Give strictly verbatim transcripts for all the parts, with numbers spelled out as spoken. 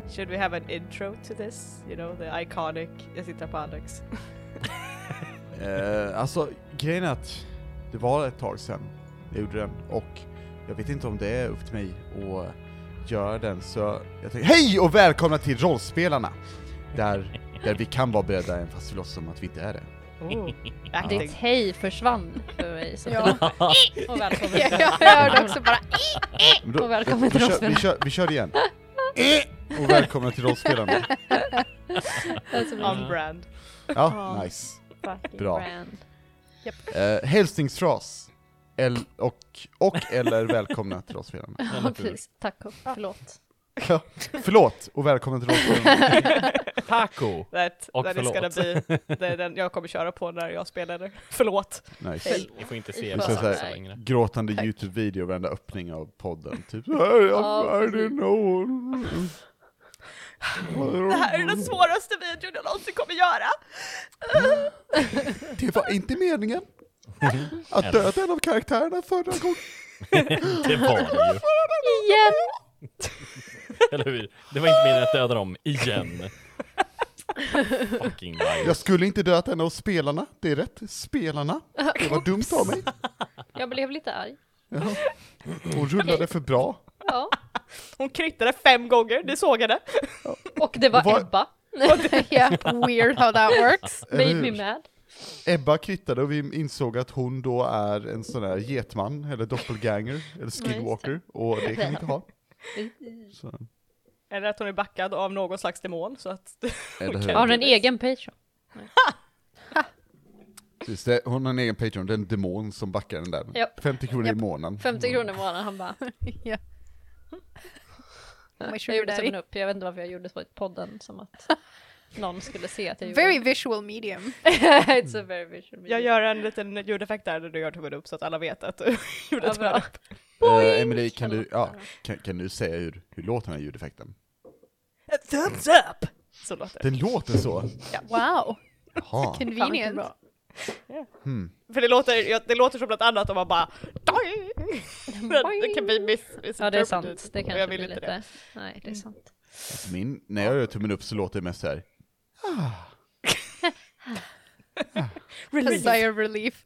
Should we have an intro to this? You know, the iconic... Jag sitter på Alex. uh, alltså, grejen är att det var ett tag sedan jag gjorde den. Och jag vet inte om det är upp till mig att göra den. Så jag tänkte, hej och välkomna till Rollspelarna! Där, där vi kan vara beredda, även fast vi låtsas som att vi inte är det. Oh, ja. Ditt hej försvann för mig. Så ja. Och välkommen till jag, jag hörde också bara då, och välkommen till vi, kör, vi, kör, vi kör igen. Och välkomna till Rollspelarna. On brand. Ja, oh, nice. Bra. Yep. Uh, hälsningsfras. El- och, och eller välkomna till Rollspelarna. Ja, precis. Tack och förlåt. Ja, förlåt och välkommen till Rollspelarna. Taco That, och that förlåt. Is gonna be, det är den jag kommer köra på när jag spelar det. Förlåt. Nice. Ni får inte se det det så så här, längre. gråtande Tack. YouTube-video varenda öppning av podden. Typ, I, I, I didn't know. Det här är den svåraste videon jag någonsin kommer göra. Det var inte meningen att döda en av karaktärerna förra gången. Det var det ju. Igen! Eller hur? Det var inte meningen att döda dem igen. Fucking liar. Jag skulle inte döda en av spelarna. Det är rätt. Spelarna. Det var dumt av mig. Jag blev lite arg. Ja. Hon rullade för bra. Ja. Hon kryttade fem gånger, det såg jag det. Och det var Var- Ebba. yeah, weird how that works. Eller Made hur? me mad. Ebba krittade och vi insåg att hon då är en sån där getman eller doppelganger eller skinwalker och det kan vi inte ha. Så, Eller att hon är backad av någon slags demon. Så att eller hur? Har hon en egen Patreon? Precis, det, hon har en egen Patreon, det är en demon som backar den där. Japp. femtio kronor Japp. i månaden. femtio kronor i månaden, han bara. yeah. My Jag sugar gjorde daddy. tummen upp, jag vet inte varför jag gjorde så i podden. Som att någon skulle se att jag gjorde Very visual medium. It's a very visual jag gör en liten ljudeffekt där när du gör tummen upp så att alla vet att du gjorde Ja, tummen bra. upp. Uh, Emily, kan du, ja, kan, kan du säga hur, hur låter den här ljudeffekten? A thumbs up! Så låter det. Den låter så. Wow. Jaha. Convenient. bra. Hmm. För det låter, det låter som bland annat om man bara det kan bli miss, Ja, det är sant. Det och jag kanske vill blir inte lite... det. Nej, det är sant. Alltså min, när jag gör tummen upp så låter det mest så här. A sigh of relief.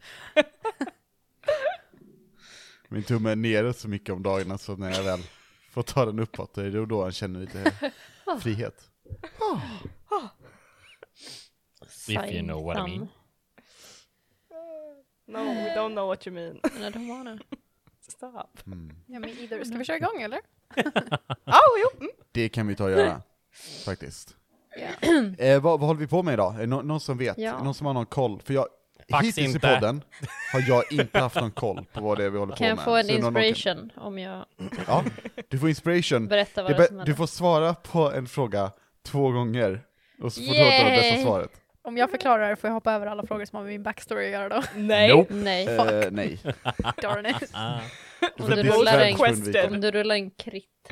Min tumme är nere så mycket om dagarna så när jag väl får ta den uppåt det är det då han känner lite frihet. If you know what I mean. No, we don't know what you mean. I don't wanna. Stop. Mm. Ja, men either. Ska vi köra igång eller? Oh, jo. Mm. Det kan vi ta och göra, faktiskt. Yeah. Eh, vad, vad håller vi på med idag? Är det no- någon som vet? Ja. Är det någon som har någon koll? För jag, Faktiskt hittills inte. i podden har jag inte haft någon koll på vad det är vi håller Kan på jag med. få en Så är det någon- inspiration om jag Ja, du får inspiration. berättar vad Det det är be- som du händer? får svara på en fråga två gånger. Och så får du Yay! ta det bästa svaret. Om jag förklarar det får jag hoppa över alla frågor som har med min backstory att göra då. Nej. Nope. Nej. Eh, nej. Darn it. Ah. Om För du det är rullar en, svårt att undvika. om du rullar en krit.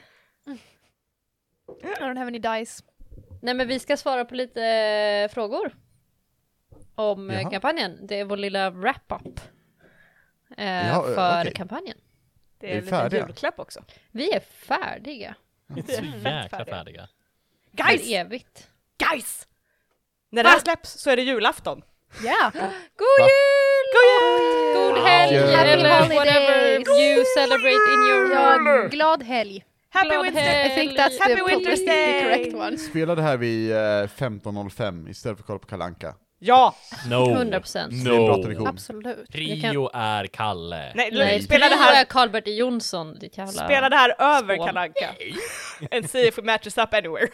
I don't have any dice. Nej, men vi ska svara på lite eh, frågor om eh, Jaha. kampanjen. Det är vår lilla wrap-up eh, Ja, eh, för okej. kampanjen. Det Vi är är en liten färdiga. julklapp också. Vi är färdiga. Inte så jäkla färdiga. Guys! För evigt. Guys! När det här släpps så är det julafton. Yeah. God jul! God jul! God helg! Happy Eller holidays! whatever you celebrate in your Ja, glad helg. Happy Glad Wednesday! helg. I think that's Happy the, Winter's the Day! correct one. Spela det här vid eh, femton noll fem istället för att kolla på Kalle Anka. Ja! No. hundra procent. Det är en bra No. tradition. Absolut. Prio är Kalle. Nej, Nej, spela det Prio är här, Karl-Bertil Jonsson, ditt jävla... spela det här över Skål. Kalle Anka. And see if it matches up anywhere.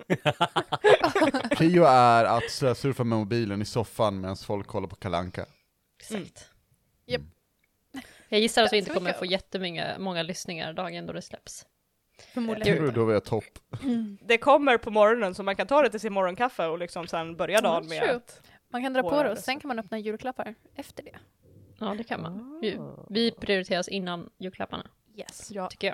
Prio är att surfa med mobilen i soffan medan folk kollar på Kalle Anka. Exakt. Japp. Jag gissar att vi That's inte what kommer we få jättemånga många lyssningar dagen då det släpps. Förmodligen. Jag tror då var jag topp. Det kommer på morgonen så man kan ta det till sin morgonkaffe och liksom sen börja dagen Mm, med true. att... Man kan dra på Våra det och röster. sen kan man öppna julklappar efter det. Ja, det kan man. Vi, vi prioriteras innan julklapparna, Yes. Ja. tycker jag.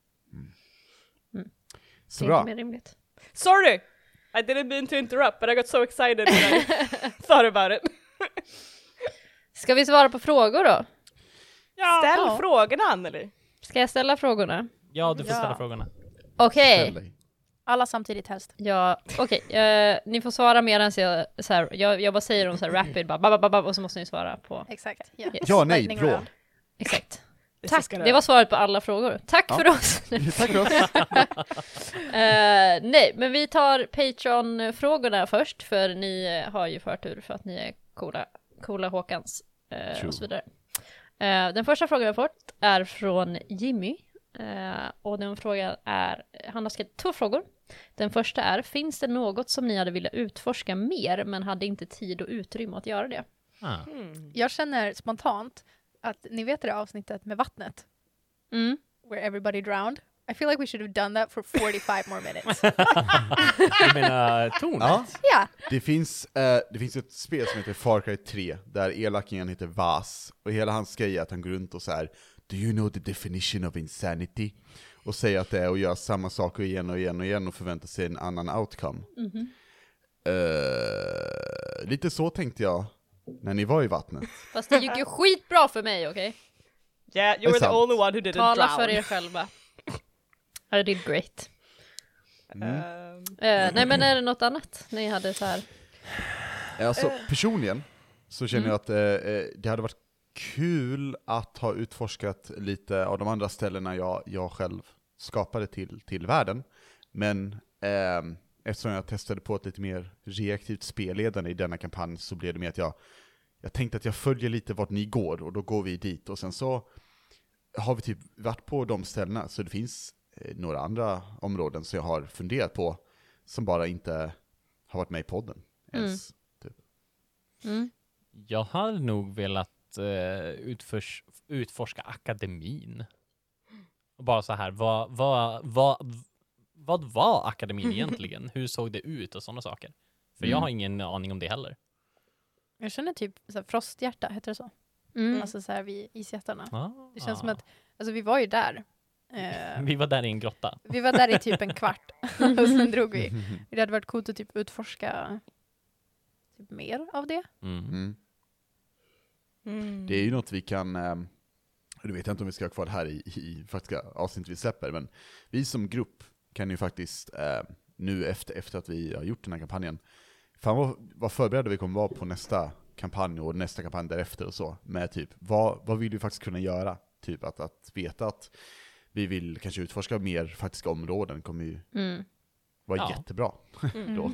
Så Det är bra. inte mer rimligt. Sorry! I didn't mean to interrupt but I got so excited when I thought about it. Ska vi svara på frågor då? Ställ Ja. frågorna, Anneli. Ska jag ställa frågorna? Ja, du får Ja. ställa frågorna. Okej. Ställ dig. Alla samtidigt helst. Ja, okej. Okay. Uh, ni får svara medan jag, så här, jag, jag bara säger dem så här rapid, bara, bab, bab, bab, och så måste ni svara på. Exakt. Yeah. Yes. Ja, nej, Lightning bra. round. Exakt. Tack, det var svaret på alla frågor. Tack Ja. för oss. Tack för oss. uh, nej, men vi tar Patreon-frågorna först, för ni har ju förtur för att ni är coola, coola Håkans uh, och så vidare. Uh, den första frågan vi har fått är från Jimmy. Uh, och den frågan är, han har skrivit två frågor. Den första är, finns det något som ni hade velat utforska mer men hade inte tid och utrymme att göra det? Ah. Mm. Jag känner spontant att ni vet det avsnittet med vattnet. Mm. Where everybody drowned. I feel like we should have done that for forty-five more minutes. Du menar tornet? Ja, Ja. det finns, eh, det finns ett spel som heter Far Cry tre, där elakingen heter Vas, och hela hans grej är att han går runt och så här: do you know the definition of insanity? Och säger att det är att göra samma saker igen och igen och igen och förvänta sig en annan outcome. Mm-hmm. Eh, lite så tänkte jag när ni var i vattnet. Fast det gick ju skitbra för mig, okej? Okay? Yeah, you Det är were the sant. only one who didn't Tala drown. för er själva. I did great. Mm. Um, Uh, nej, men är det något annat ni hade så här? Alltså personligen så känner Mm. jag att eh, eh, det hade varit kul att ha utforskat lite av de andra ställena jag, jag själv skapade till, till världen. Men eh, eftersom jag testade på ett lite mer reaktivt spelledande i denna kampanj, så blev det med att jag, jag tänkte att jag följer lite vart ni går, och då går vi dit. Och sen så har vi typ varit på de ställena, så det finns eh, några andra områden som jag har funderat på som bara inte har varit med i podden ens. Mm. Jag hade nog velat eh, utfors- utforska akademin. Och bara så här, vad, vad, vad, vad var akademin egentligen? Hur såg det ut och sådana saker? För jag Mm. har ingen aning om det heller. Jag känner typ så här, frosthjärta, heter det så? Mm. Alltså så här vid isjättarna. Ah. Det känns som att, alltså vi var ju där. Eh, Vi var där i en grotta. vi var där i typ en kvart. Och sen drog vi. Det hade varit coolt att typ utforska typ mer av det. Mm. Mm. mm. Det är ju något vi kan, eh, du vet inte om vi ska ha kvar det här i, i faktiska avsnitt vi släpper, men vi som grupp kan ju faktiskt eh, nu efter, efter att vi har gjort den här kampanjen, fan vad, vad förberedda vi kommer vara på nästa kampanj och nästa kampanj därefter och så, med typ, vad, vad vill vi faktiskt kunna göra? Typ att, att veta att vi vill kanske utforska mer faktiska områden kommer ju Mm. vara Ja. jättebra då.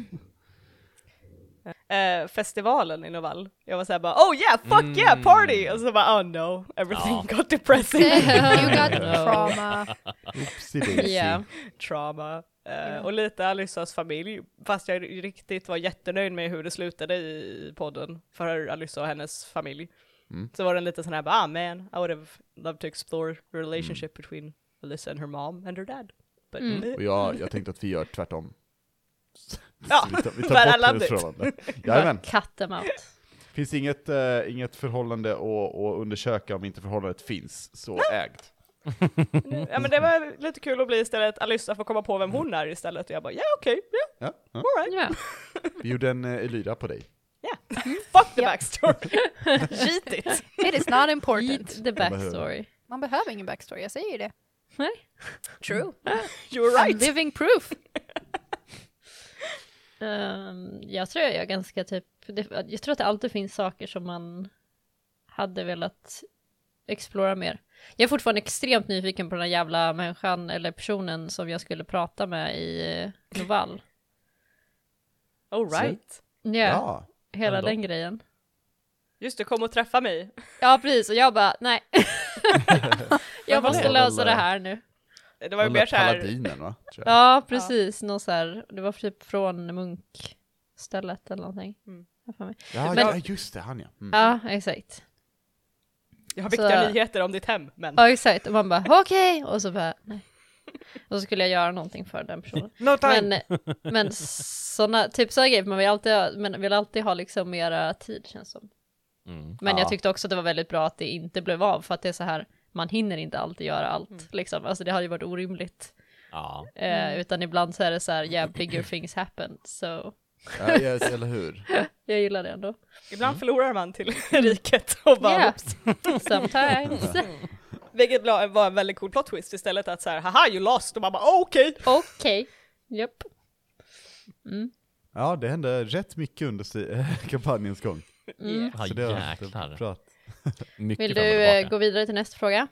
Eh, festivalen i Novall. Jag var såhär bara, oh yeah, fuck Mm. yeah, party! Och så bara, oh no, everything Ja. got depressing. You got No. trauma. Oopsie daisy. Ja. Trauma. Eh, Ja. Och lite Alyssas familj, fast jag riktigt var jättenöjd med hur det slutade i podden för Alyssa och hennes familj. Mm. Så var den lite sån här, bara, ah man, I would have loved to explore the relationship between Alyssa and her mom and her dad. But Mm. eh, Och jag, jag tänkte att vi gör tvärtom. Ja, Så vi tar, vi tar but I bort loved hennes it. förhållande. Jajamän. Cut them out. Finns inget, eh, inget förhållande att, att undersöka om inte förhållandet finns, så ägt. ja, men det var lite kul att bli istället, Alyssa får komma på vem hon är istället. Och jag bara, ja yeah, okej, okay, yeah, Ja, ja. all right. Ja. Vi gjorde en eh, Elyra på dig. Fuck the Yep. backstory. Cheat it. It is not important. Eat the backstory. Man behöver ingen backstory, jag säger ju det. True. You were right. Living proof. Um, jag tror jag är ganska typ, det, jag tror att det alltid finns saker som man hade velat explora mer. Jag är fortfarande extremt nyfiken på den här jävla människan eller personen som jag skulle prata med i eh, Novall. All right. Ja, Ja. hela Ändå. den grejen. Just det, kom och träffa mig. Ja, precis. Och jag bara, nej. jag måste det? lösa det här nu. Det var ju Den mer där såhär, paladinen, va? Tror jag. Ja, precis. Någon så här, det var typ från munkstället eller någonting. Mm. Jag får mig. Ja, Men- ja, just det, han ja. Mm. Ja, exakt. jag har viktiga Så- nyheter om ditt hem, men Ja, exakt. Och man bara, okej. Och så bara, nej. Och så skulle jag göra någonting för den personen. No time! Men, men såna, typ sådana grejer, man vill alltid ha, men vill alltid ha liksom mera tid, känns som. Mm. Men Ja. jag tyckte också att det var väldigt bra att det inte blev av, för att det är så här, man hinner inte alltid göra allt, Mm. liksom. Alltså det hade ju varit orimligt. Ja. Eh, utan ibland så är det så här, yeah, bigger things happen. Så Ja, yes, eller hur? jag gillar det ändå. ibland förlorar man till riket och bara, Yeah. oops. Sometimes. Vilket bla- var en väldigt cool plot twist istället att så här, haha, you lost, och man bara, oh, okej. Okej. Japp. Mm. Ja, det hände rätt mycket under si- kampanjens gång. Mm. Ja, Så det var jäklar. bra. Mycket Vill fram du och eh, tillbaka. gå vidare till nästa fråga?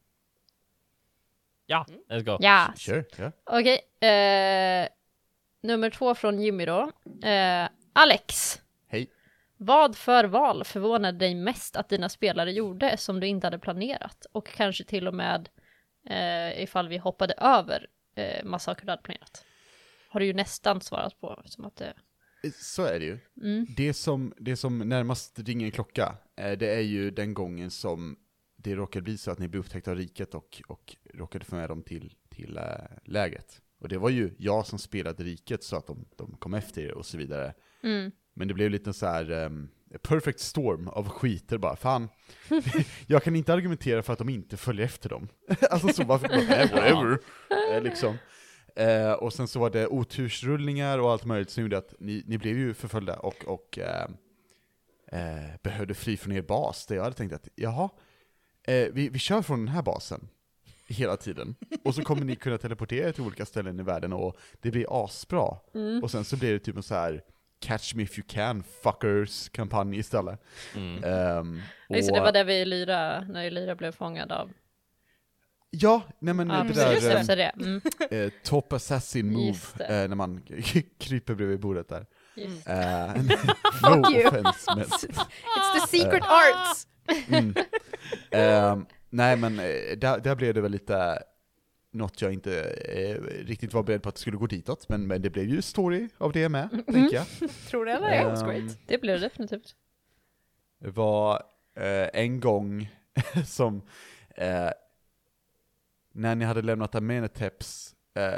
Ja, let's go. Ja. Sure, ja. Okej. Eh, nummer två från Jimmy då. Eh, Alex. Hej. Vad för val förvånade dig mest att dina spelare gjorde som du inte hade planerat? Och kanske till och med eh, ifall vi hoppade över eh, massakern du hade planerat. Har du ju nästan svarat på. Som att det... Så är det ju. Mm. Det som, det som närmast ringer en klocka, eh, det är ju den gången som det råkade bli så att ni blev upptäckta av riket och, och råkade få med dem till, till äh, lägret. Och det var ju jag som spelade riket så att de, de kom efter er och så vidare. Mm. Men det blev lite så här um, perfect storm av skiter bara. Fan, jag kan inte argumentera för att de inte följer efter dem. Alltså så bara, eh, whatever. Eh, liksom. Eh, och sen så var det otursrullningar och allt möjligt som gjorde att ni, ni blev ju förföljda och, och eh, eh, behövde fly från er bas. Där jag hade tänkt att, jaha, eh, vi, vi kör från den här basen hela tiden. Och så kommer ni kunna teleportera till olika ställen i världen och det blir asbra. Mm. Och sen så blir det typ en så här catch me if you can fuckers kampanj istället. Mm. Um, och, Just det, det var där vi i Lyra, när Lyra blev fångad av ja, nej men ja, det precis, där just eh, efter det. Mm. eh, top assassin move Just det. eh, när man kryper bredvid bordet där. Just. Eh, Fuck no you. offense, men It's the secret arts! mm. Ehm, nej men eh, där, där blev det väl lite något jag inte eh, riktigt var beredd på att det skulle gå ditåt, men, men det blev ju story av det med, Mm. tänker jag. Tror det eller? Det Ehm, var great. Det blev det definitivt. Det var eh, en gång som eh, när ni hade lämnat Ameneteps eh,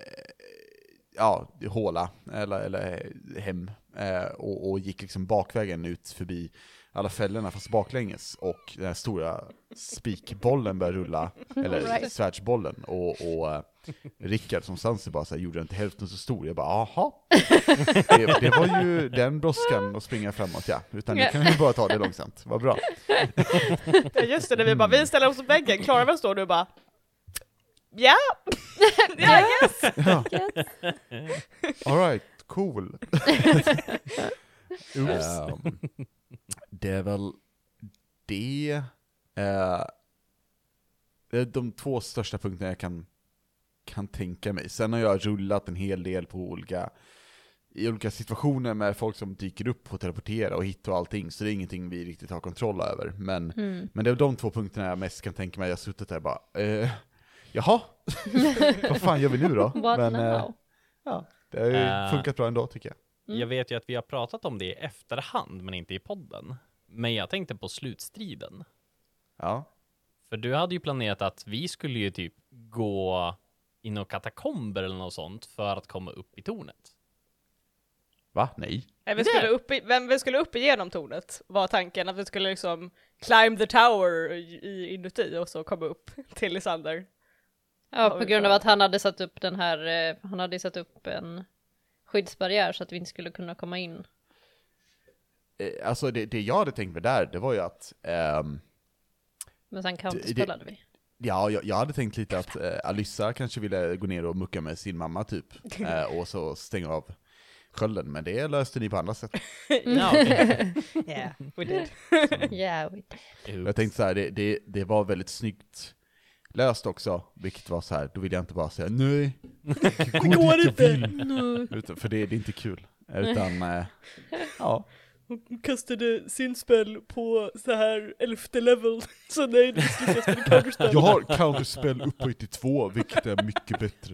ja, håla eller, eller hem eh, och, och gick liksom bakvägen ut förbi alla fällorna fast baklänges och den här stora spikbollen började rulla, eller Right. svärdsbollen och, och eh, Rickard som Sansi bara så här, gjorde den till hälften så stor. Jag bara, aha. Det, det var ju den brådskan att springa framåt, ja. Utan nu kan vi bara ta det långsamt. Vad bra. Ja, just det, när vi bara, vi ställer oss på väggen, klarar vi oss då? Du bara, ja, ja, yes. Ja. All right, cool. um, det är väl det. Uh, det är de två största punkterna jag kan, kan tänka mig. Sen har jag rullat en hel del på olika, i olika situationer med folk som dyker upp och teleporterar och hit och allting. Så det är ingenting vi riktigt har kontroll över. Men, Mm. men det är de två punkterna jag mest kan tänka mig. Jag har suttit där och bara, eh, jaha, vad fan gör vi nu då? What Men, eh, now? ja, det har ju Eh. funkat bra ändå tycker jag. Mm. Jag vet ju att vi har pratat om det i efterhand, men inte i podden. Men jag tänkte på slutstriden. Ja. För du hade ju planerat att vi skulle ju typ gå in i katakomber eller något sånt för att komma upp i tornet. Va? Nej. Nej, vi skulle upp i, vem vi skulle upp igenom tornet var tanken, att vi skulle liksom climb the tower i, inuti och så komma upp till Lysander. Ja, på grund av att han hade satt upp den här, eh, han hade satt upp en skyddsbarriär så att vi inte skulle kunna komma in. Eh, Alltså det, det jag hade tänkt mig där, det var ju att ehm, Men sen counterspelade vi. ja, jag, jag hade tänkt lite att eh, Alyssa kanske ville gå ner och mucka med sin mamma typ. Eh, och så stänga av skölden, men det löste ni på andra sätt. Ja, okej. Yeah, we did. Yeah, we... Jag tänkte så här, det, det, det var väldigt snyggt löst också, vilket var så här, då vill jag inte bara säga nej, gå går dit inte. jag vill. Utan, för det, det är inte kul. Utan, eh, ja. Hon kastade sin spel på så här elfte level, så nej, det slutas med counterspell. Jag har counterspell upphöjt till två, vilket är mycket bättre.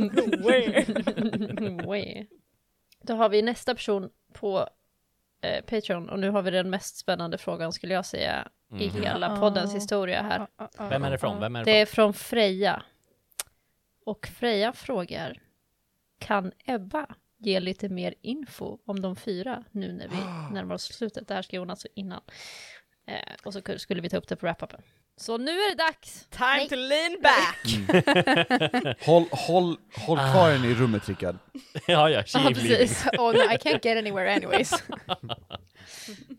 Way. Då har vi nästa person på eh, Patreon och nu har vi den mest spännande frågan skulle jag säga i Mhm. hela poddens historia här. Vem är det från? Vem är det Det är från? från Freja. Och Freja frågar, kan Ebba ge lite mer info om de fyra nu när vi närmar oss slutet? Det här skrev hon alltså innan. Eh, och så skulle vi ta upp det på wrap-upen. Så nu är det dags! Time Nej. to lean back! Håll, håll, håll kvar den i rummet, Rickard. Ja, ja, she Ja, is leaving. precis. Oh no, I can't get anywhere anyways.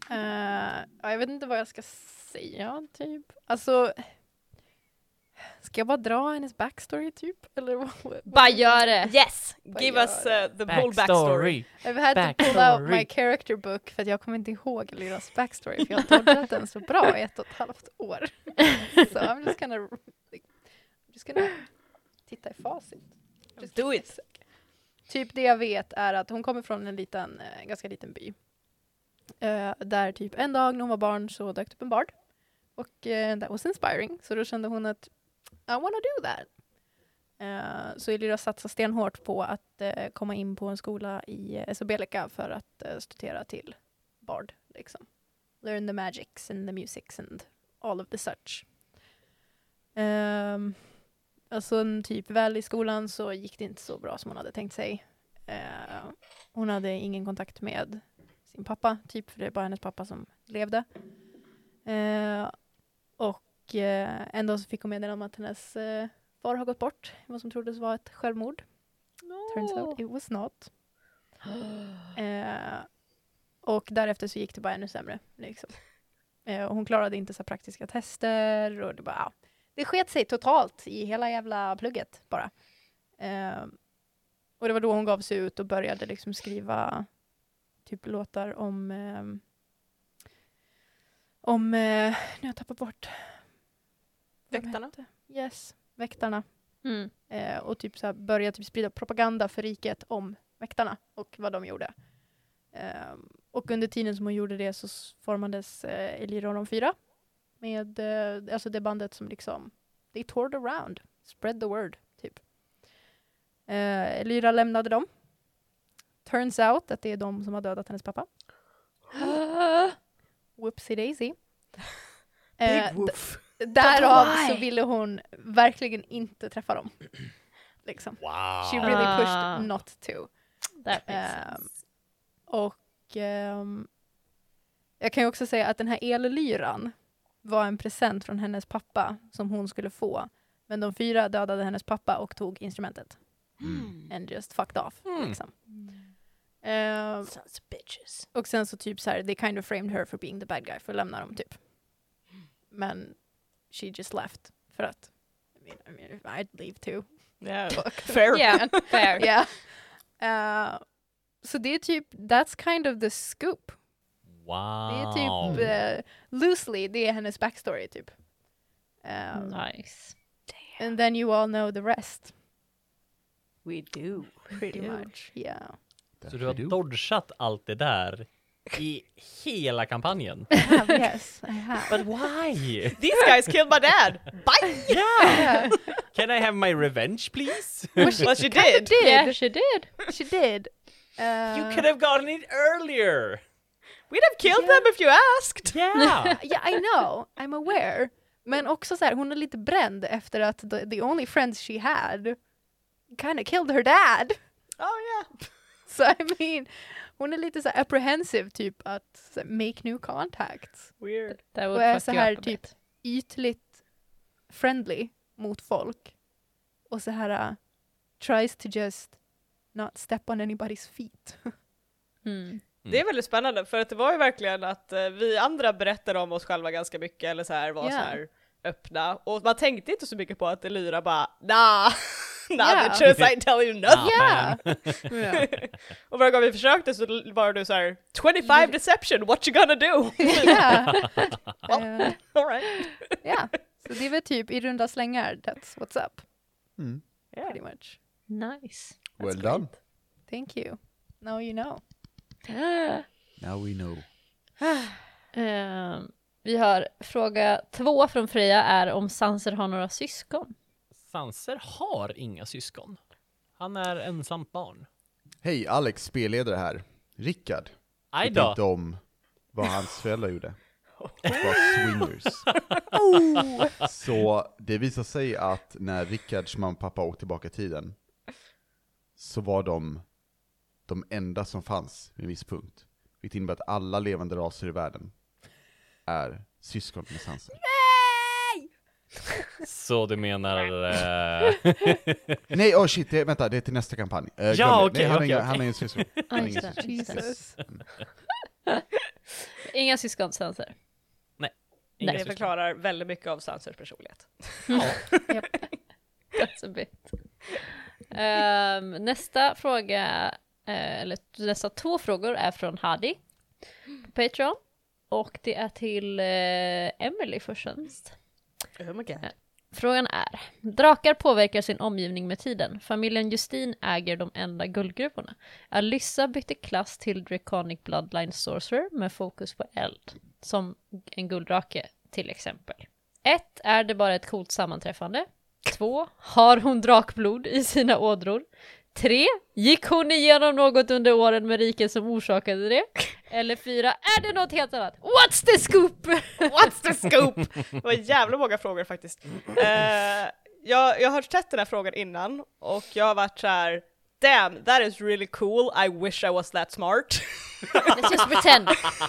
uh, jag vet inte vad jag ska säga, typ. Alltså, Ska jag bara dra hennes backstory typ? Eller vad? Bara gör det! Yes! Vad Give gör us uh, the whole backstory. I've had to pull out my character book för att jag kommer inte ihåg Lyras backstory för jag har tolkat den så bra i ett och ett halvt år. Så I'm just gonna, like, just gonna titta i facit. Just Do it! Typ det jag vet är att hon kommer från en liten, eh, ganska liten by. Eh, där typ en dag när hon var barn så dök upp en bard. Och eh, that was inspiring. Så då kände hon att I wanna do that. Uh, så Elyra satsar stenhårt på att uh, komma in på en skola i uh, Sobelika för att uh, studera till bard. Liksom. Learn the magics and the musics and all of the such. Um, alltså en typ väl i skolan så gick det inte så bra som hon hade tänkt sig. Uh, hon hade ingen kontakt med sin pappa, typ, för det är bara hennes pappa som levde. Uh, och uh, en dag så fick hon meddelande om att hennes uh, far har gått bort i vad som troddes vara ett självmord. No. Turns out it was not. uh, och därefter så gick det bara ännu sämre. Liksom. Uh, och hon klarade inte så praktiska tester och det bara, ja. Det sket sig totalt i hela jävla plugget bara. Uh, och det var då hon gav sig ut och började liksom skriva typ låtar om um, om, uh, nu har jag tappat bort. Väktarna? Yes, väktarna. Mm. Eh, och typ så här börja typ sprida propaganda för riket om väktarna och vad de gjorde. Eh, och under tiden som hon gjorde det så formades eh, Elyra och de fyra. Med eh, alltså det bandet som liksom they toured around, spread the word typ. Eh, Elyra lämnade dem. Turns out att det är de som har dödat hennes pappa. Whoopsie daisy. Eh, Big woof. Därav så ville hon verkligen inte träffa dem. Liksom. Wow. She really Ah. pushed not to. That makes Um, sense. och um, jag kan ju också säga att den här ellyran var en present från hennes pappa som hon skulle få. Men de fyra dödade hennes pappa och tog instrumentet. Mm. And just fucked off. Mm. Liksom. Um, Sons of bitches. och sen så typ så här, they kind of framed her for being the bad guy för att lämna dem typ. Men she just left för att I mean, I mean I'd leave too. Yeah. Fair. Yeah, fair. Yeah. Uh, så det är typ that's kind of the scoop. Wow. Det är typ uh, loosely det är hennes backstory typ. Um, Nice. and then you all know the rest We do. pretty much. Yeah. Så du har dodgat allt det där i hela kampanjen? I have, yes, I have. But why? These guys killed my dad. Bye! Yeah! Yeah. Can I have my revenge please? Well, she Well, she kinda did. did. Yeah, she did. She did. Uh, You could have gotten it earlier! We'd have killed Yeah. them if you asked. Yeah! yeah, I know. I'm aware. Men också så här, hon är lite bränd efter att the, the only friends she had kind of killed her dad. Oh yeah. Så I mean, hon är lite så här apprehensive typ att så här, make new contacts. Weird. That Och would är fuck så you här up a typ bit. ytligt friendly mot folk. Och så här uh, tries to just not step on anybody's feet. Mm. Det är väldigt spännande för att det var ju verkligen att eh, vi andra berättade om oss själva ganska mycket eller så här var Yeah. så här öppna och man tänkte inte så mycket på att Elyra bara nah, nah Yeah. bitches I tell you nothing. Ah, Yeah. man. Och varje gång vi försökte så var du så här twenty-five deception, what you gonna do? yeah. Well, Uh, all right. yeah. Så det är väl typ i runda slängar, that's what's up. Mm. Pretty much. Nice. Well done. Thank you. Now you know. Now we know. Ehm, vi har fråga två från Freja är om Sanser har några syskon. Sanser har inga syskon. Han är ensamt barn. Hej, Alex, spelledare här. Rickard. Aj vet inte då. om vad hans föräldrar gjorde. Det var swingers. Så det visar sig att när Rickards mamma och pappa åkte tillbaka i tiden så var de de enda som fanns vid en viss punkt. Vilket innebär att alla levande raser i världen är syskon med Sanser. Så du menar... eh, Nej, oh shit, det, vänta, det är till nästa kampanj. Uh, Ja, okej, han, har okej, inga- okej. han har ingen syskon. Han Ja, har just ingen det, syskon. just det. Jesus. Inga syskon Sanser. inga Det syskon. förklarar väldigt mycket av Sansers personlighet. Yep. a bit. Um, nästa fråga, uh, eller nästa två frågor är från Hadi på Patreon. Och det är till uh, Emily för tjänst. Oh my God. Frågan är: drakar påverkar sin omgivning med tiden. Familjen Justin äger de enda guldgruvorna. Alyssa bytte klass till Draconic Bloodline Sorcerer med fokus på eld. Som en gulddrake till exempel. ett. Är det bara ett coolt sammanträffande? två. Har hon drakblod i sina ådror? tre. Gick hon igenom något under åren med riket som orsakade det? Eller fyra. Är det något helt annat? What's the scoop? What's the scoop? Det var jävla många frågor faktiskt. Uh, jag, jag har sett den här frågan innan och jag har varit så här: damn, that is really cool. I wish I was that smart. Let's just pretend.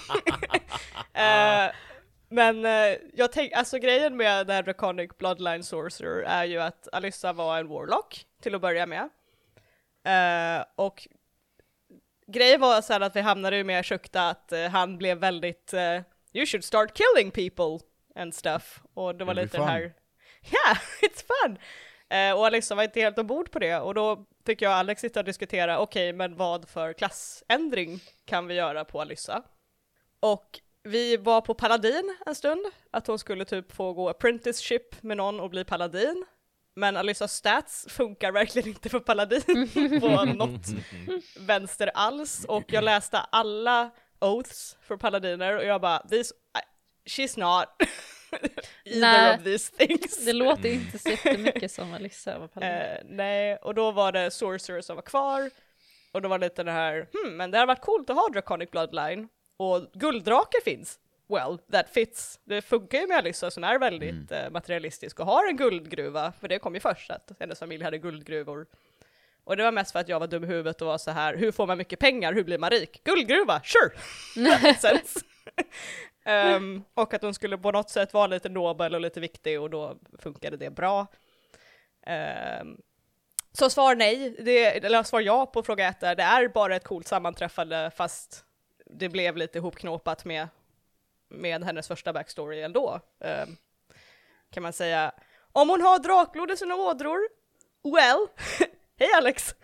uh, men uh, jag tänk, alltså grejen med den här Draconic Bloodline Sorcerer är ju att Alyssa var en warlock till att börja med. Uh, och grejen var så här att vi hamnade ju med Shukta att uh, han blev väldigt uh, you should start killing people and stuff. Och det var It'll lite be den här yeah, it's fun. Uh, och Alexa var inte helt ombord på det. Och då fick jag och Alex sitta och diskutera okej, okay, men vad för klassändring kan vi göra på Alyssa? Och vi var på Paladin en stund. Att hon skulle typ få gå apprenticeship med någon och bli Paladin. Men Alyssas stats funkar verkligen inte för Paladin på något vänster alls. Och jag läste alla oaths för Paladiner och jag bara, this, she's not either nej, of these things. Det låter inte så jättemycket som Alyssa var Paladin. Uh, nej, och då var det Sorcerer som var kvar. Och då var det lite det här, hmm, men det har varit coolt att ha Draconic Bloodline. Och gulddrakar finns. Well, that fits. Det funkar ju med Alyssa som är väldigt mm. uh, materialistisk och har en guldgruva, för det kom ju först att hennes familj hade guldgruvor. Och det var mest för att jag var dum i huvudet och var så här: hur får man mycket pengar, hur blir man rik? Guldgruva, sure! That makes sense. um, och att hon skulle på något sätt vara lite nobel och lite viktig, och då funkade det bra. Um, så svar nej, det, eller svar ja på fråga ett är, det är bara ett coolt sammanträffande, fast det blev lite ihopknåpat med med hennes första backstory ändå. Uh, kan man säga. Om hon har drakblod i sina ådror, well, hej Alex!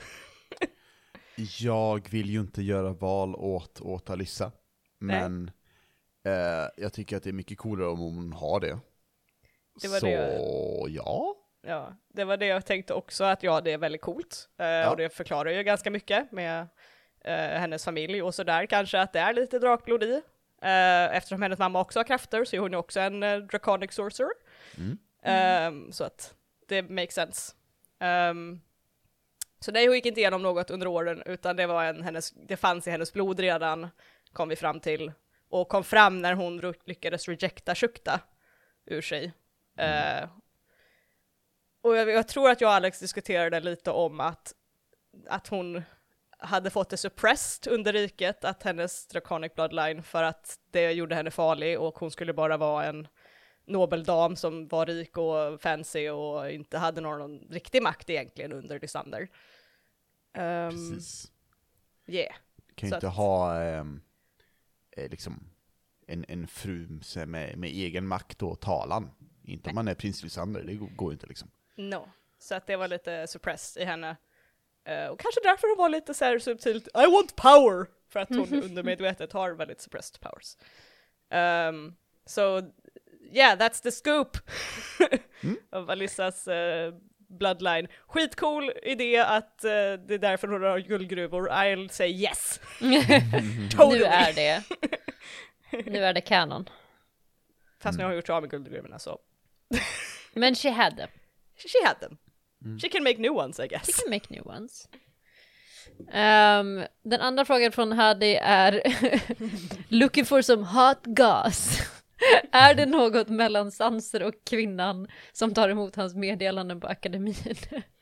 Jag vill ju inte göra val åt, åt Alyssa, men eh, jag tycker att det är mycket coolare om hon har det. det var Så det jag... ja. Ja, det var det jag tänkte också, att ja, det är väldigt coolt. Uh, ja. Och det förklarar ju ganska mycket med uh, hennes familj och sådär, kanske att det är lite drakblod i. Uh, eftersom hennes mamma också har krafter så är hon ju också en uh, Draconic Sorcerer. Mm. Um, så att det makes sense. Um, så nej, hon gick inte igenom något under åren, utan det var en hennes, det fanns i hennes blod redan, kom vi fram till. Och kom fram när hon ru- lyckades rejecta Shukta ur sig. Mm. Uh, och jag, jag tror att jag och Alex diskuterade lite om att, att hon hade fått det suppressed under riket, att hennes Draconic Bloodline, för att det gjorde henne farlig och hon skulle bara vara en nobeldam som var rik och fancy och inte hade någon riktig makt egentligen under Lysander. Um, Precis. Yeah. Du kan ju Så inte att... ha um, liksom en, en fru med, med egen makt och talan. Inte om man är prins Lysander, det går ju inte liksom. No. Så att det var lite suppressed i henne. Uh, och kanske därför hon var lite så här subtilt I want power! För att hon undermedvetet har väldigt suppressed powers. Um, so, yeah, that's the scoop mm. av Alyssas uh, bloodline. Skitcool idé att uh, det är därför hon har guldgruvor. I'll say yes. Totally. Nu är det. Nu är det kanon. Fast nu har jag gjort av med guldgruvorna så. Men she had them. She had them. Mm. She can make new ones, I guess. She can make new ones. Um, den andra frågan från Hadi är looking for some hot gas. Är det något mellan Sanser och kvinnan som tar emot hans meddelanden på akademin?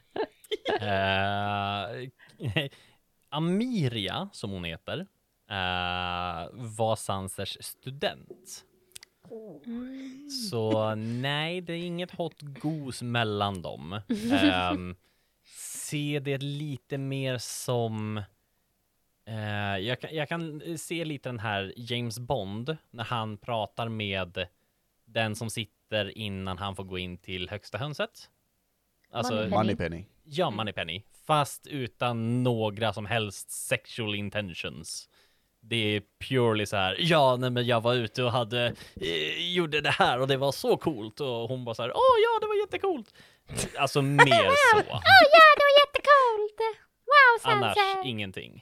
uh, Amiria, som hon heter, uh, var Sansers student. Mm. Så nej, det är inget hot goose mellan dem. um, se det lite mer som uh, jag, kan, jag kan se lite den här James Bond när han pratar med den som sitter innan han får gå in till högsta hönset. Alltså, Moneypenny. Moneypenny. Ja, Moneypenny. Fast utan några som helst sexual intentions. Det är purely så här, ja, nej, men jag var ute och hade, eh, gjorde det här och det var så coolt. Och hon bara så här, åh ja, det var jättecoolt. Alltså mer så. Åh oh, ja, det var jättecoolt! Wow, Sansa! Annars ingenting.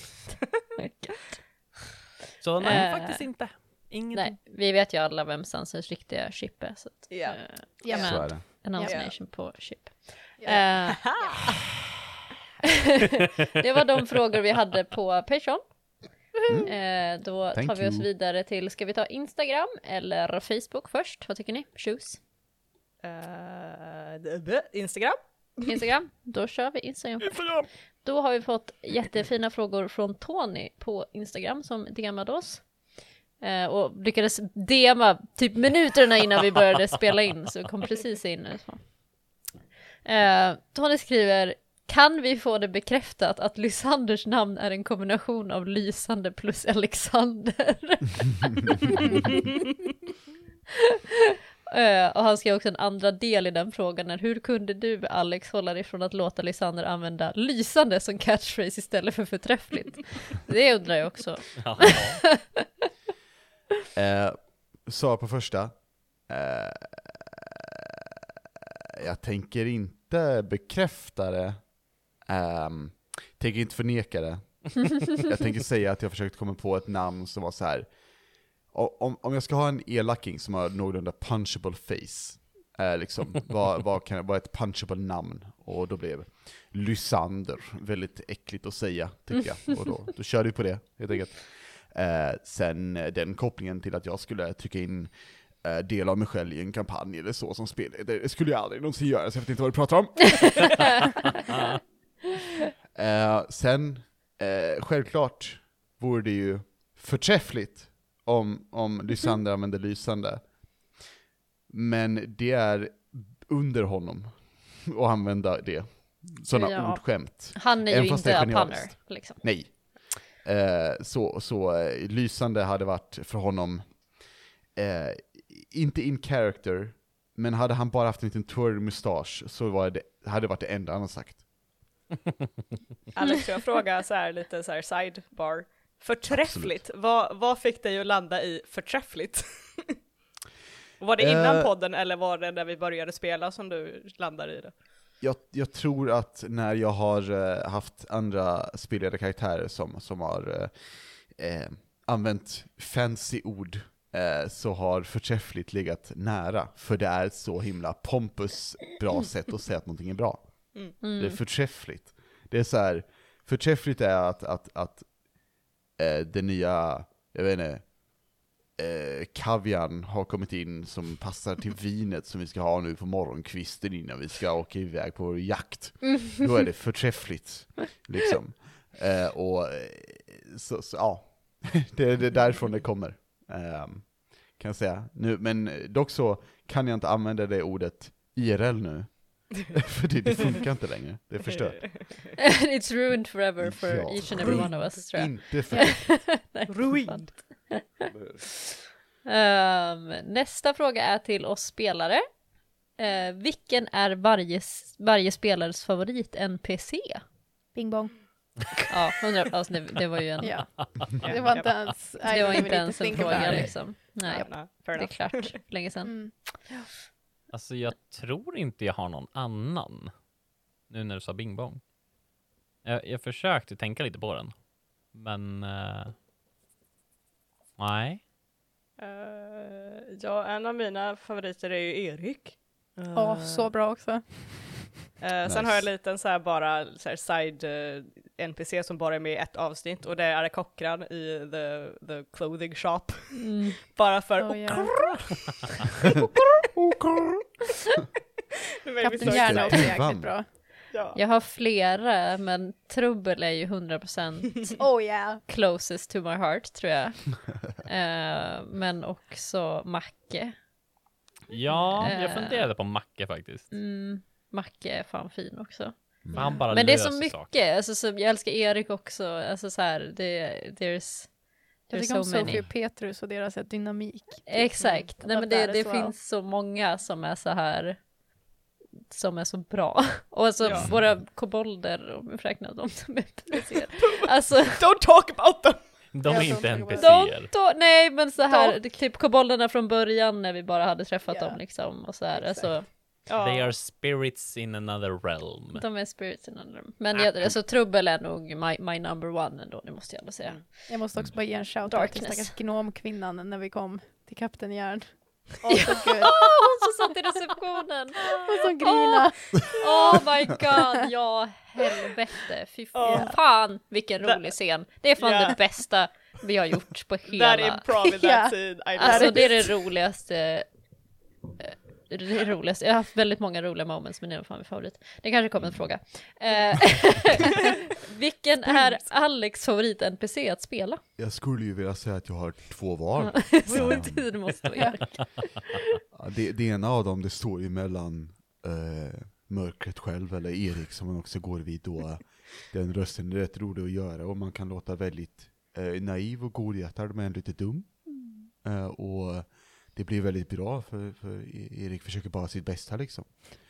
Så nej, Eh, faktiskt inte. Ingenting. Nej, vi vet ju alla vem Sansas riktiga chip är. Så att, Ja. eh, Ja. men Så är det. announcement på chip. Ja. Eh, det var de frågor vi hade på Patreon. Eh, då Thank tar vi oss you. vidare till, ska vi ta Instagram eller Facebook först? Vad tycker ni? Choose. Uh, Instagram? Instagram? Då kör vi Instagram. Då har vi fått jättefina frågor från Tony på Instagram som D M:ade oss. Eh, och lyckades D Ma typ minuterna innan vi började spela in, så vi kom precis in. Eh, Tony skriver: kan vi få det bekräftat att Lysanders namn är en kombination av lysande plus Alexander? Uh, och han skrev också en andra del i den frågan, är: hur kunde du, Alex, hålla dig från att låta Lysander använda lysande som catchphrase istället för förträffligt? Det undrar jag också. Ja. Eh, svar på första. Eh, jag tänker inte bekräfta det. Um, tänker inte förneka det. Jag tänker säga att jag försökt komma på ett namn som var så här. Om, om jag ska ha en elaking som har någorlunda punchable face, eh, liksom, vad, vad kan vad är ett punchable namn? Och då blev Lysander väldigt äckligt att säga, tycker jag. Och då, då körde vi på det, helt enkelt. Eh, sen eh, den kopplingen till att jag skulle trycka in eh, del av mig själv i en kampanj eller så som spel, det skulle jag aldrig någonsin göra, så jag vet inte vad du pratar om. eh, sen, eh, självklart vore det ju förträffligt om, om Lysander använder lysande. Men det är under honom att använda det. Sådana Ja. ordskämt. Han är Även ju fast inte det är a punner, genialiskt. liksom. Nej. Eh, så så eh, lysande hade varit för honom eh, inte in character, men hade han bara haft en liten twirl mustasch så var det, hade det varit det enda han har sagt. Alex, jag frågar så här lite så här sidebar. Förträffligt, vad, vad fick dig att landa i förträffligt? Var det innan Eh. podden eller var det när vi började spela som du landade i det? Jag, jag tror att när jag har eh, haft andra spelade karaktärer som, som har eh, eh, använt fancy ord, eh, så har förträffligt legat nära. För det är ett så himla pompous bra sätt att säga att någonting är bra. Mm. Det är förträffligt. Det är så här, förträffligt är att, att, att eh, det nya, jag vet inte, eh, kavian har kommit in som passar till vinet som vi ska ha nu på morgonkvisten innan vi ska åka iväg på vår jakt. Då är det förträffligt, liksom. Eh, och eh, så, så ja, det är det därifrån det kommer, eh, kan jag säga. Nu, men dock så kan jag inte använda det ordet I R L nu. För det, det funkar inte längre, det är förstört. It's ruined forever for Ja. each and every one of us, tror jag. Inte för Ruined. Um, nästa fråga är till oss spelare. Uh, vilken är varje, varje spelares favorit N P C? Bing bong. Ja, hundra, alltså det, det var ju en, Ja. Det var inte ens, I det var don't even inte need ens to en think about fråga it. liksom. Nej, Ja, nej, fair det är enough. klart, länge sedan. Mm. Alltså jag tror inte jag har någon annan. Nu när du sa Bing Bong. Jag, jag försökte tänka lite på den. Men... Uh, nej. Uh, ja, en av mina favoriter är ju Erik. Ja, så bra också. Uh, Nice. Sen har jag en liten så här bara så här side uh, N P C som bara är med i ett avsnitt och det är Kockran i the, the clothing shop. Mm. Bara för Oh, yeah. Det made me Kapten so Hjärna är också excited. jäkligt bra. Ja. Jag har flera, men Trubbel är ju hundra procent Oh yeah. closest to my heart, tror jag. uh, men också Macke. Ja, Eh. jag funderade på Macke faktiskt. Mm, Macke är fan fin också. För han bara Men det är så löser mycket, saker. alltså, så, jag älskar Erik också, alltså så här, det, there's, Jag there's tycker om so Sophie many. och Petrus och deras dynamik. Exakt, nej men Love det, that det as well. finns så många som är så här som är så bra. Och alltså Ja. våra kobolder, om vi räknar dem som N P C. Alltså, Don't talk about them! De är Jag inte tror N P det de, C-er. to- nej men så här, De- det, typ kobolderna från början när vi bara hade träffat Ja. dem liksom. Och så här, Exakt. alltså, Ja. They are spirits in another realm. de är spirits in another. Men jag, alltså, trubbel är nog my, my number one ändå, det måste jag ändå säga. Mm. Jag måste också bara ge en shout till Darkness. stackars gnomkvinnan när vi kom till Kapten Järn. Åh, så gud. Hon som satt i receptionen! Hon som grina. Oh my god, ja helvete. Fy Ja. fan vilken That- rolig scen. Det är fan Yeah. det bästa vi har gjort på That hela... improv in that Ja. scene. I Alltså love det är it. det roligaste. eh, Det är roligaste. Jag har haft väldigt många roliga moments, men det är fan min favorit. Det kanske kommer en fråga. Eh, vilken är Alex favorit N P C att spela? Jag skulle ju vilja säga att jag har två val. Så inte det måste vara Erik. Ja, det, det ena av dem, det står ju mellan eh, mörkret själv eller Erik som man också går vid då. Den rösten är rätt rolig att göra och man kan låta väldigt eh, naiv och godhjärtad men lite dum. Eh, och det blir väldigt bra för, för Erik försöker bara sitt bästa liksom.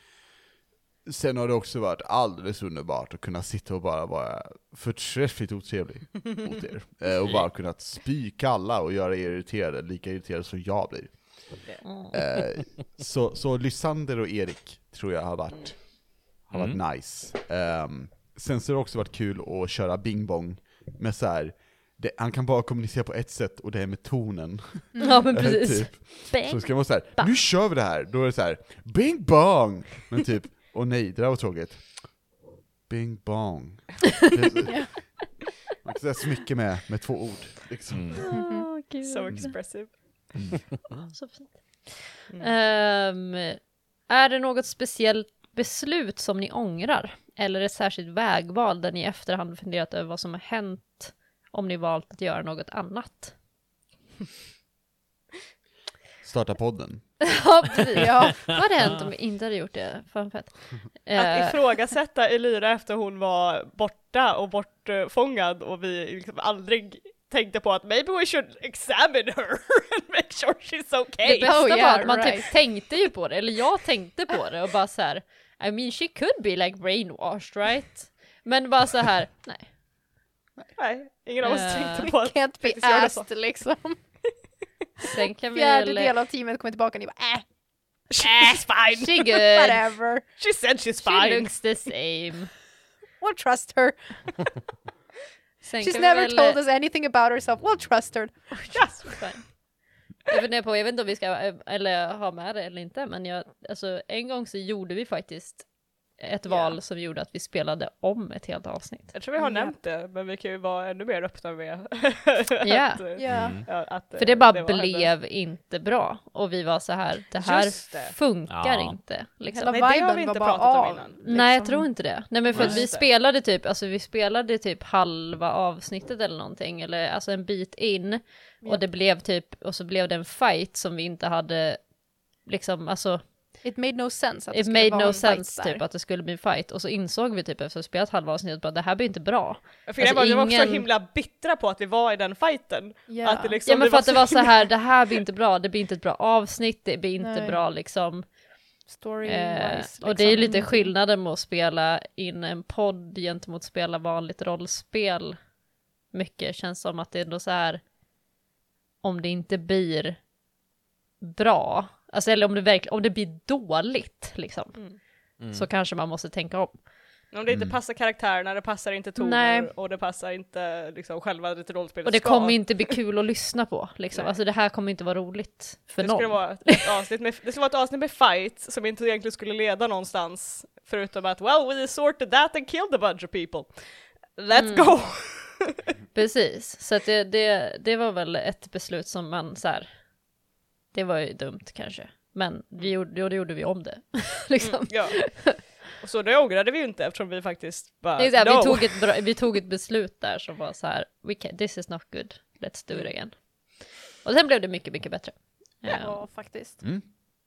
Sen har det också varit alldeles underbart att kunna sitta och bara vara förträffligt otrevlig mot er. Eh, och bara kunna spyka alla och göra er irriterade, lika irriterade som jag blir. Eh, så, så Lysander och Erik tror jag har varit, har varit Mm. nice. Um, sen så har det också varit kul att köra Bing Bong med så här. Det, han kan bara kommunicera på ett sätt och det är med tonen. Ja men Eh, precis. typ. Bang. Så ska man säga Bang. nu kör vi det här. Då är det så här, Bing Bong. Men typ, åh nej, det där var tråkigt. Bing Bong. Det- Man kan säga så mycket med, med två ord. Liksom. Mm. Åh, gud. So expressive. Så fint. Mm. Ehm, är det något speciellt beslut som ni ångrar? Eller ett särskilt vägval där ni i efterhand funderat över vad som har hänt om ni valt att göra något annat? Starta podden. Ja, precis. Ja. Vad hade hänt om vi inte hade gjort det? Fan fett. Att Eh, ifrågasätta Elyra efter hon var borta och bortfångad och vi liksom aldrig tänkte på att maybe we should examine her and make sure she's okay. det bästa Oh, var yeah, att man right. typ tänkte ju på det, eller jag tänkte på det och bara så här, I mean she could be like brainwashed, right? Men bara så här, nej. Nej, ingen av oss Eh, tänkte på att Can't be faktiskt göra det så. asked liksom. Sen kan vi Fjärde väl... del av teamet kommer tillbaka och ni bara äh, She's fine. She good. whatever. She said she's She fine. looks the same. We'll trust her. Sen She's kan never vi väl... told us anything about herself. We'll trust her. Yes. Fine. Jag funderar på, jag vet inte om vi ska eller ha med det eller inte, men jag, alltså, en gång så gjorde vi faktiskt ett Ja. val som gjorde att vi spelade om ett helt avsnitt. Jag tror vi har Ja. nämnt det, men vi kan ju vara ännu mer öppna med Ja. att, eh, Ja. Mm. ja, att, För det bara var henne. blev inte bra. Och vi var så här, det här Just det. funkar Ja. inte. Liksom. Hela Nej, det har viben vi inte var bara pratat om av. innan. Nej, jag liksom. tror inte det. Nej, men för att Just vi det. spelade typ, alltså vi spelade typ halva avsnittet eller någonting, eller alltså en bit in, Ja. och det blev typ, och så blev det en fight som vi inte hade, liksom, alltså, It made no sense. Att det it skulle made vara no en fight sense där. typ att det skulle bli en fight, och så insåg vi typ efter att ha spelat halva avsnittet bara, det här blir inte bra. För alltså, var, vi var också ingen- himla bittra på att vi var i den fighten. Ja. Att det liksom, Ja, men vi för att det var så himla- här, det här blir inte bra, det blir inte ett bra avsnitt, det blir inte Nej. bra liksom. Story Eh, wise, och det är ju liksom. lite skillnaden med att spela in en podd gentemot att spela vanligt rollspel. Mycket känns som att det är ändå så här, om det inte blir bra, alltså eller om det verkligen, om det blir dåligt liksom, Mm. så kanske man måste tänka om. Om det inte Mm. passar karaktärerna, det passar inte toner Nej. och det passar inte liksom själva det rollspelet Och det ska. kommer inte bli kul att lyssna på liksom. Nej. Alltså det här kommer inte vara roligt för det någon. skulle vara ett avsnitt med, det skulle vara ett avsnitt med fight som inte egentligen skulle leda någonstans förutom att well we sorted that and killed a bunch of people. Let's Mm. go! Precis, så att det, det, det var väl ett beslut som man så här, det var ju dumt kanske, men vi gjorde, då gjorde vi om det. liksom. Mm, ja. Och så det ångrade vi ju inte eftersom vi faktiskt bara Det är så här, no. vi, tog ett bra, vi tog ett beslut där som var så här, we can, this is not good, let's do it again. Och sen blev det mycket, mycket bättre. Ja, Ja. faktiskt. Mm.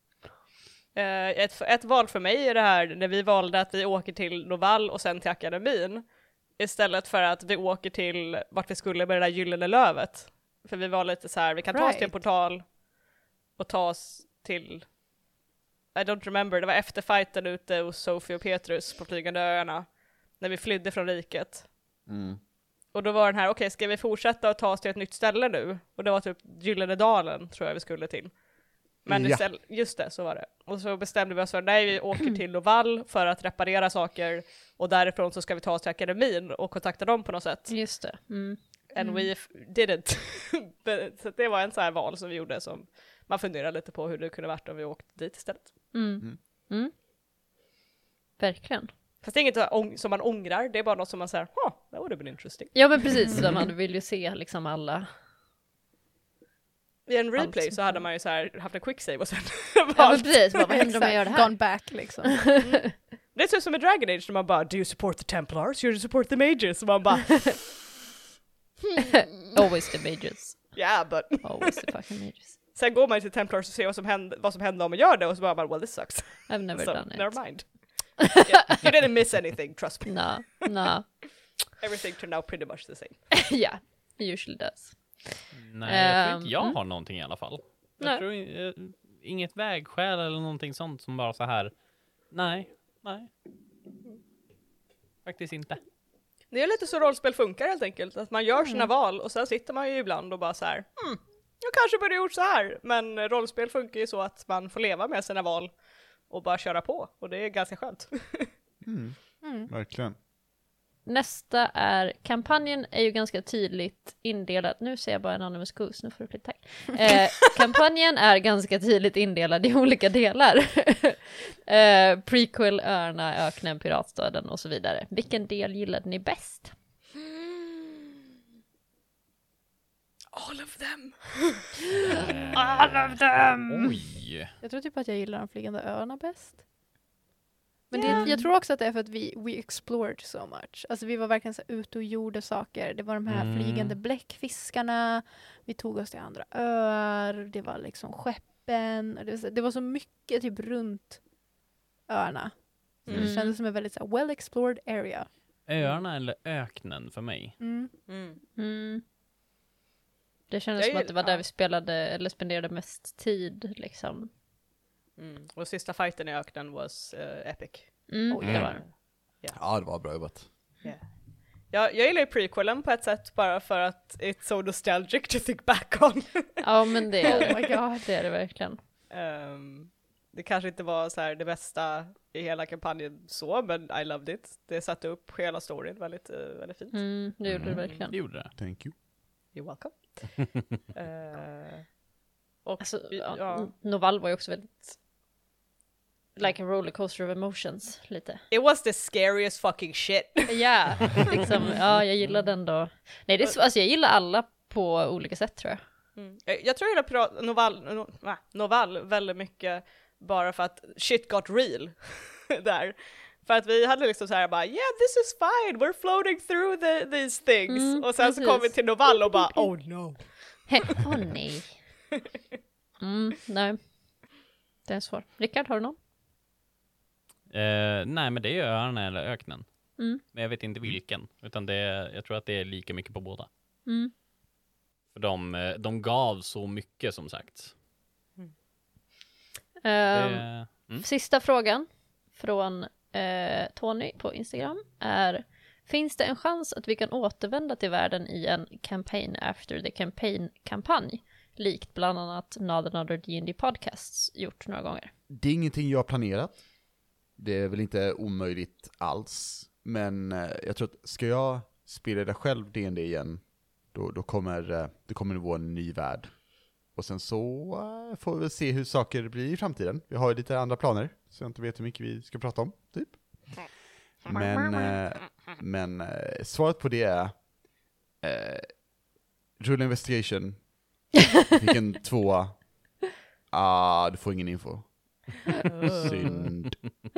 Eh, ett, ett val för mig är det här när vi valde att vi åker till Novall och sen till akademin istället för att vi åker till vart vi skulle med det där gyllene lövet. För vi var lite så här, vi kan ta oss till en Right. portal och ta oss till I don't remember, det var efter fighten ute hos Sophie och Petrus på Flygande öarna. När vi flydde från riket. Mm. Och då var den här, okej, okay, ska vi fortsätta och ta oss till ett nytt ställe nu? Och det var typ Gyllene dalen, tror jag vi skulle till. Men Ja. istället, just det, så var det. Och så bestämde vi oss för, nej, vi åker till Noval för att reparera saker. Och därifrån så ska vi ta oss till akademin och kontakta dem på något sätt. Just det. Mm. And we f- didn't. Så det var en sån här val som vi gjorde som man funderar lite på hur det kunde varit om vi åkte dit istället. Mm. Mm. Mm. Verkligen. Fast det är inget ång- som man ångrar, det är bara något som man säger, huh, that would have been interesting. Ja men precis, så man vill ju se liksom alla. I en replay Allt som så hade man ju så här haft en quick save och sen Ja men valt. precis, bara, vad händer om jag gör det här? Gone back liksom. Det är så som med Dragon Age när man bara, do you support the Templars? You support the Mages? Så man bara, Always the majors. yeah but. Always the fucking majors. Sen går man ju till Templars och ser vad som händer, vad som händer om man gör det och så bara, man, well this sucks. I've never So, done it. never mind. Yeah, you didn't miss anything, trust me. No, no. Everything turned out pretty much the same. Yeah, it usually does. Nej, jag tror Ehm, inte jag mm. har någonting i alla fall. Jag Nej. tror i- eh, inget vägskäl eller någonting sånt som bara så här. Nej, nej. Faktiskt inte. Det är lite så rollspel funkar helt enkelt, att man gör sina Mm. val och sen sitter man ju ibland och bara så här, hmm, jag kanske borde gjort så här, men rollspel funkar ju så att man får leva med sina val och bara köra på, och det är ganska skönt. Mm. Mm. Verkligen. Nästa är, kampanjen är ju ganska tydligt indelad, nu ser jag bara Anonymous Goose, nu får du bli tack. Eh, kampanjen är ganska tydligt indelad i olika delar. eh, prequel, Örna, Öknen, Piratstaden och så vidare. Vilken del gillade ni bäst? All of them! All of them! Oj! Jag tror typ att jag gillar de flygande öarna bäst. Men Yeah. det, jag tror också att det är för att vi we explored so much. Alltså vi var verkligen så ute och gjorde saker. Det var de här Mm. flygande bläckfiskarna. Vi tog oss till andra öar. Det var liksom skeppen. Det var så, det var så mycket typ runt öarna. Så Mm. det kändes som en väldigt så här, well explored area. Öarna eller öknen för mig? Mm. Mm. Mm. Det kändes Jag som att det var gill- där ja. vi spelade, eller spenderade mest tid liksom. Mm. Och sista fighten i öknen was uh, epic. Mm, Oj, det Mm. var det. Ja, det var bra jobbat. Jag, jag gillar ju prequelen på ett sätt bara för att it's so nostalgic to think back on. Ja men det är Oh my god. det, är det verkligen. Um, det kanske inte var så här det bästa i hela kampanjen så, men I loved it. Det satte upp hela storyn väldigt, uh, väldigt fint. Mm, det gjorde det Mm. verkligen. Det gjorde det. Thank you. You're welcome. uh, och Alltså, vi- ja, ja. Noval var ju också väldigt like a rollercoaster of emotions, lite. It was the scariest fucking shit. Ja, liksom, ja, jag gillar den då. Nej, det är så, alltså jag gillar alla på olika sätt tror jag. Mm. Jag, jag tror jag gillar Pirat- Noval, no, nah, Noval väldigt mycket bara för att shit got real där. För att vi hade liksom så här bara, yeah this is fine, we're floating through the, these things. Mm, och sen så precis. kom vi till Noval och bara, oh no. Åh oh, nej. Mm, nej. Det är svårt. Rickard, har du någon? Eh, nej, men det är ju öarna eller öknen. Mm. Men jag vet inte vilken. Utan det är, jag tror att det är lika mycket på båda. Mm. För de, eh, de gav så mycket som sagt. Det, Ehm, mm. Sista frågan från eh, Tony på Instagram är: finns det en chans att vi kan återvända till världen i en campaign after the campaign-kampanj? Likt bland annat Not Another D and D Podcasts gjort några gånger. Det är ingenting jag har planerat. Det är väl inte omöjligt alls. Men eh, jag tror att ska jag spela det själv D and D igen, då, då kommer eh, det kommer att vara en ny värld. Och sen så eh, får vi väl se hur saker blir i framtiden. Vi har ju lite andra planer, så jag inte vet hur mycket vi ska prata om, typ. Men, eh, men eh, svaret på det är eh, Rull Investigation. Fick en tvåa. Ah, du får ingen info. Synd.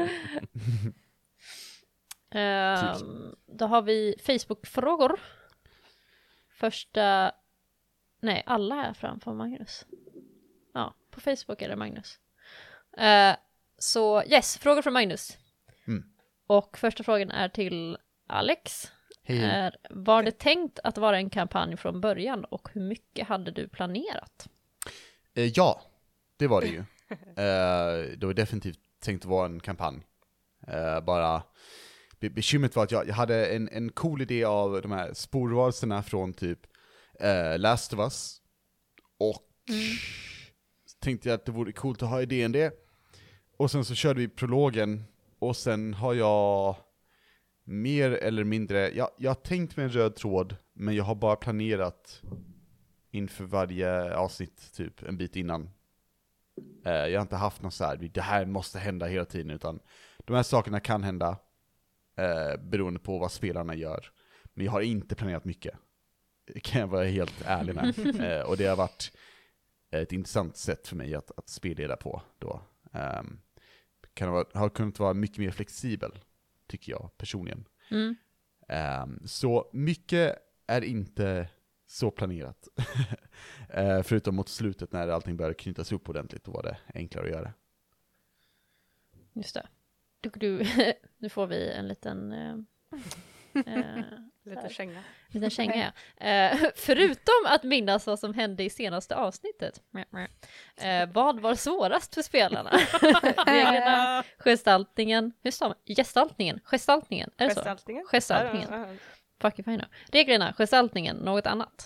Ehm, då har vi Facebook-frågor. Första... Nej, alla är framför Magnus. Ja, på Facebook är det Magnus. Eh, så yes, frågor från Magnus. Mm. Och första frågan är till Alex. Hej. Är, var det tänkt att vara en kampanj från början och hur mycket hade du planerat? Eh, ja, det var det ju. Uh, det var definitivt tänkt att vara en kampanj. Uh, bara be- bekymret var att jag, jag hade en, en cool idé av de här sporvarelserna från typ uh, Last of Us. Och mm. tänkte jag att det vore coolt att ha idén det. Och sen så körde vi prologen. Och sen har jag mer eller mindre, jag, jag har tänkt med en röd tråd, men jag har bara planerat inför varje avsnitt typ en bit innan. Uh, jag har inte haft något så här, det här måste hända hela tiden, utan de här sakerna kan hända uh, beroende på vad spelarna gör. Men jag har inte planerat mycket. Det kan jag vara helt ärlig med. uh, och det har varit ett intressant sätt för mig att, att spelleda på då. Um, kan ha, har kunnat vara mycket mer flexibel, tycker jag personligen. Mm. Um, så mycket är inte så planerat. uh, förutom mot slutet när allting började knytas upp ordentligt, då var det enklare att göra. Just det. Du, du, nu får vi en liten... Uh, uh, Lite känga. Liten känga, ja. Uh, förutom att minnas vad som hände i senaste avsnittet. Uh, vad var svårast för spelarna? Reglerna, gestaltningen, hur sa man? Gestaltningen, gestaltningen, är det Gestaltningen? så? Gestaltningen. Fuck if I know. Reglerna, gestaltningen, något annat.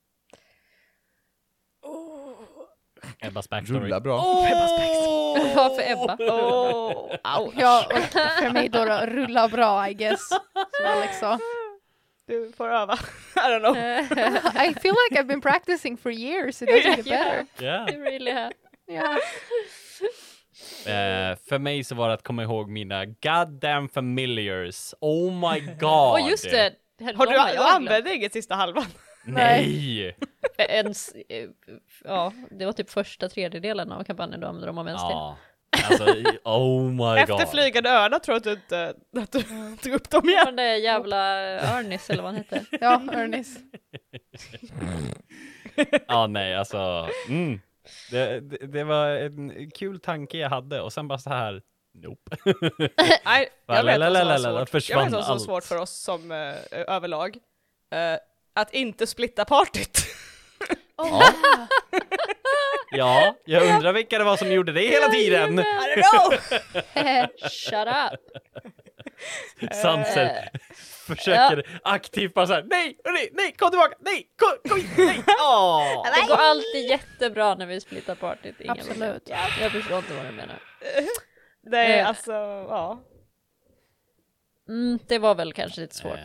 Ebbas backstory. Rullar bra. Oh! Ebbas backstory. Varför Ebba? Oh! Ouch. Ja, och för mig då, då rulla bra, I guess. Som Alex sa. Du får öva. I don't know. I feel like I've been practicing for years. It doesn't get better. Yeah. You really have. Yeah. Uh, för mig så var det att komma ihåg mina goddamn familiars. Oh my god. Åh, just det. Har du, du använt inget sista halvan? Nej. Ens, ja, det var typ första tredjedelen av kampanjen du använde dem av vänster. Ja. Alltså, oh my Efter god. Efter flygande öarna tror jag att du inte att du tog upp dem igen. Från det jävla Ernest eller vad han heter. Ja, Ernest. Ja, nej, alltså. Mm. Det, det, det var en kul tanke jag hade och sen bara så här. Nope. Nej, jag vet vad som var svårt. Försvann Jag vet vad som var allt. svårt för oss som uh, överlag. Uh, att inte splitta partyt. Oh. Ja. Ja, jag undrar vilka det var som gjorde det hela tiden. I don't know. Shut up. Sanser försöker ja. aktivt bara så här. Nej, nej, nej, kom tillbaka. Nej, kom, kom, nej. Åh. Det går alltid jättebra när vi splittar partyt. Ingen Absolut. Ja, jag förstår inte vad du menar. Det är Eh. alltså, ja. Mm, det var väl kanske lite svårt.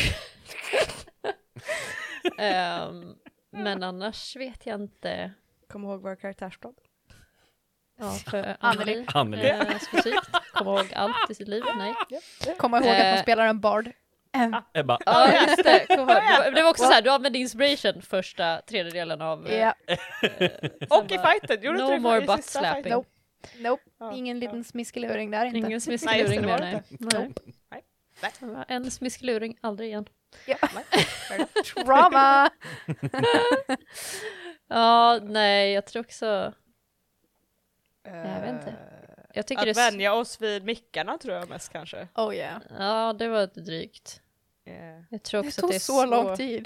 Eh. um, men annars vet jag inte. Kom ihåg vår karaktärsblad. Ja, för Anneli. Anneli. Eh, specifikt. Kom ihåg allt i sitt liv. Nej. Komma ihåg att man Eh. spelar en bard. Um, Ebba. Ja, just det. Kom ihåg. Det var- Det var också så här, du använde inspiration första tredjedelen av... eh, yeah. eh, Och i sen bara, fighten, gjorde no inte det more i butt sista slapping. fighten? Nope. Nope. Ja, Ingen ja. liten smiskeluring där inte. Ingen Nej, just det, smiskeluring det mer, var nej. det nej. Nej. Nej. Det var en smiskeluring, aldrig igen. Ja. Trauma! Ja, nej, jag tror också... Jag vet inte. Jag tycker Att det är... s- vänja oss vid mickarna tror jag mest kanske. Oh yeah. Ja, det var ett drygt. Yeah. Jag tror Det också att tog det är så lång tid.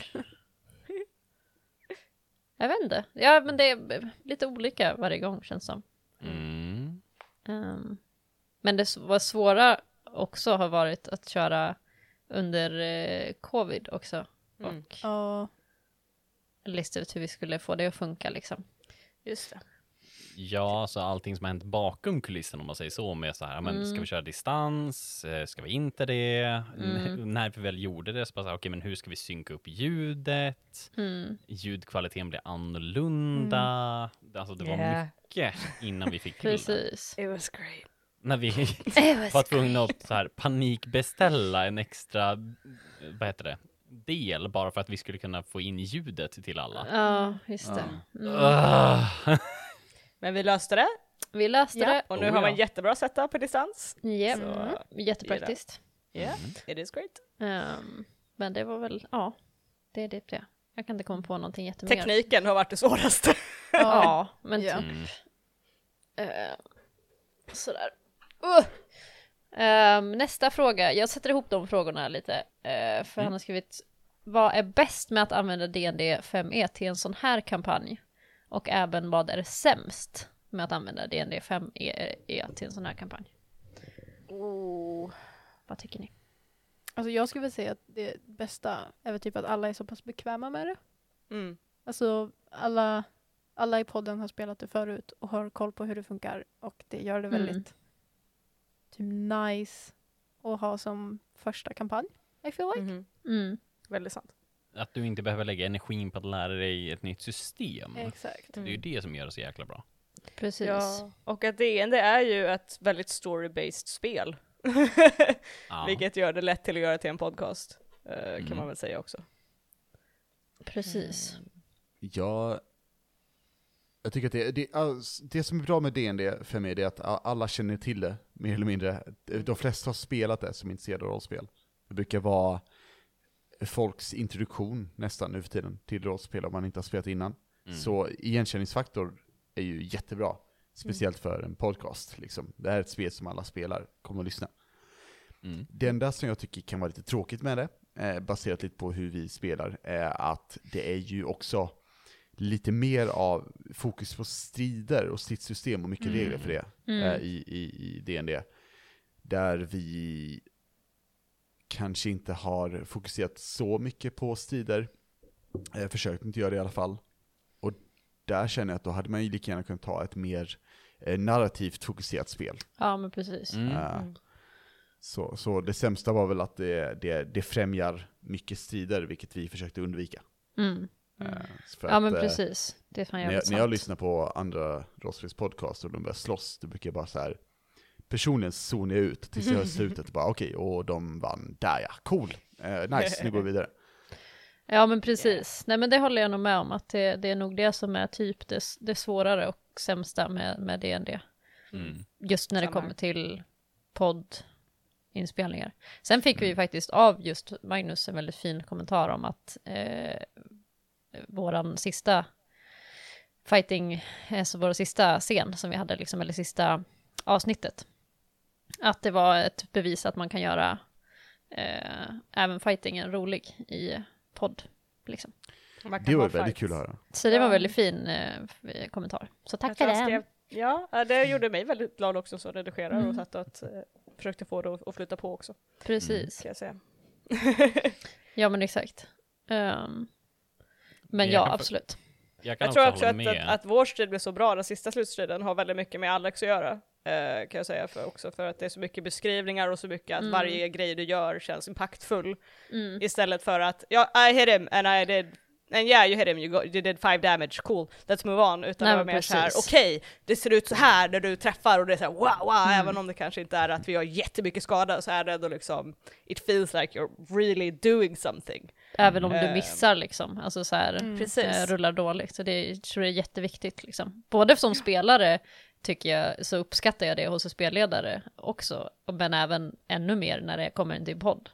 Jag vet inte. Ja, men det är lite olika varje gång känns som. Mm. Um, men det s- var svåra också har varit att köra under eh, covid också. Mm. Och Ja. lista ut hur vi skulle få det att funka liksom. Just det. Ja, så allting som har hänt bakom kulissen om man säger så med så här, men ska Mm. vi köra distans? Eh, Ska vi inte det? Mm. N- när vi väl gjorde det så bara så här, okej, men hur ska vi synka upp ljudet? Mm. Ljudkvaliteten blir annorlunda. Alltså det var Yeah. mycket innan vi fick till det. Precis. It was great. När vi var tvungna att så här panikbeställa en extra, vad heter det, del bara för att vi skulle kunna få in ljudet till alla. Ja, just det. Mm. Ah. Men vi löste det. Vi löste Ja. det. Och nu Oh, har man ja. jättebra setup på distans. Yep. Så, Jättepraktiskt. yeah, it is great. Um, men det var väl, ja, det är det. Jag kan inte komma på någonting jättemer. Tekniken har varit det svåraste. Ja, men Ja. typ. Mm. eh, sådär. Uh. Ehm, nästa fråga. Jag sätter ihop de frågorna lite. eh, för Mm. han har skrivit: vad är bäst med att använda D and D fem E till en sån här kampanj? Och även vad är sämst? med att använda D and D fem E, E till en sån här kampanj? Oh. Vad tycker ni? Alltså jag skulle väl säga att det bästa är väl typ att alla är så pass bekväma med det. Mm. Alltså alla, alla i podden har spelat det förut och har koll på hur det funkar. Och det gör det väldigt Mm. typ nice att ha som första kampanj, I feel like. Mhm. Mm. Väldigt sant. Att du inte behöver lägga energin på att lära dig ett nytt system. Exakt. Det är ju det som gör det så jäkla bra. Precis. Ja. Och att D and D är ju ett väldigt story-based spel. Ja. Vilket gör det lätt till att göra till en podcast. eh, Kan Mm. man väl säga också. Precis. Jag, jag tycker att det, det, alltså, det som är bra med D and D för mig är att alla känner till det, mer eller mindre. De flesta har spelat det som är intresserade av rollspel. Det brukar vara folks introduktion nästan nu för tiden till rollspel om man inte har spelat innan. Mm. Så igenkänningsfaktor är ju jättebra. Speciellt för en podcast. Liksom. Det här är ett spel som alla spelar. Kommer att lyssna. Mm. Det enda som jag tycker kan vara lite tråkigt med det, eh, baserat lite på hur vi spelar, är att det är ju också lite mer av fokus på strider och stridssystem och mycket Mm. regler för det Mm. eh, i, i, i D and D. Där vi kanske inte har fokuserat så mycket på strider. Eh, försökt inte göra det i alla fall. Och där känner jag att då hade man ju lika gärna kunnat ta ett mer eh, narrativt fokuserat spel. Ja, men precis. Mm. Eh, Så, så det sämsta var väl att det, det, det främjar mycket strider, vilket vi försökte undvika. Mm. Eh, för Ja, att, men eh, precis. Det är fan När jag, jävligt när jag sant. lyssnar på andra rollspelspodcast och de börjar slåss, då brukar jag bara så här, personen zonar jag ut tills jag hör slutet. Bara okej, okay, och de vann. Där ja, cool. Eh, nice, nu går vi vidare. Ja, men precis. Nej, men det håller jag nog med om. Att det, det är nog det som är typ det, det svårare och sämsta med, med D and D. Mm. Just när det Samma. kommer till poddinspelningar. Sen fick vi ju faktiskt av just Magnus en väldigt fin kommentar om att eh, våran sista fighting, alltså vår sista scen som vi hade, liksom, eller sista avsnittet, att det var ett bevis att man kan göra eh, även fightingen rolig i podd. Liksom. Man kan Det var ha väldigt fights. kul att höra. Så det var Ja. en väldigt fin eh, kommentar. Så Jag tack tror för han den. skrev- Ja, ja, det gjorde mig väldigt glad också som redigerare Mm. och satt och eh, försökte få det att, att flytta på också, Precis. kan jag säga. Ja, men exakt. Um, men Jag ja, kan för- absolut. Jag kan Jag tror också också hålla att, med. att, att vår strid blev så bra, den sista slutstriden har väldigt mycket med Alex att göra. eh, kan jag säga för också, för att det är så mycket beskrivningar och så mycket att Mm. varje grej du gör känns impactfull. Mm. Istället för att, ja, I hit him and I did, and yeah you hit him, you, got, you did five damage, cool, let's move on. Utan Nej, det var men mer såhär, precis. okej, det ser ut så här när du träffar och det är såhär wow, wow, Mm. även om det kanske inte är att vi har jättemycket skada så är det ändå liksom, it feels like you're really doing something. Även om du Eh, missar liksom, alltså så här, Mm. Precis. eh, rullar dåligt. Så det jag tror jag är jätteviktigt liksom. Både som spelare tycker jag, så uppskattar jag det hos en spelledare också. Men även ännu mer när det kommer till podd.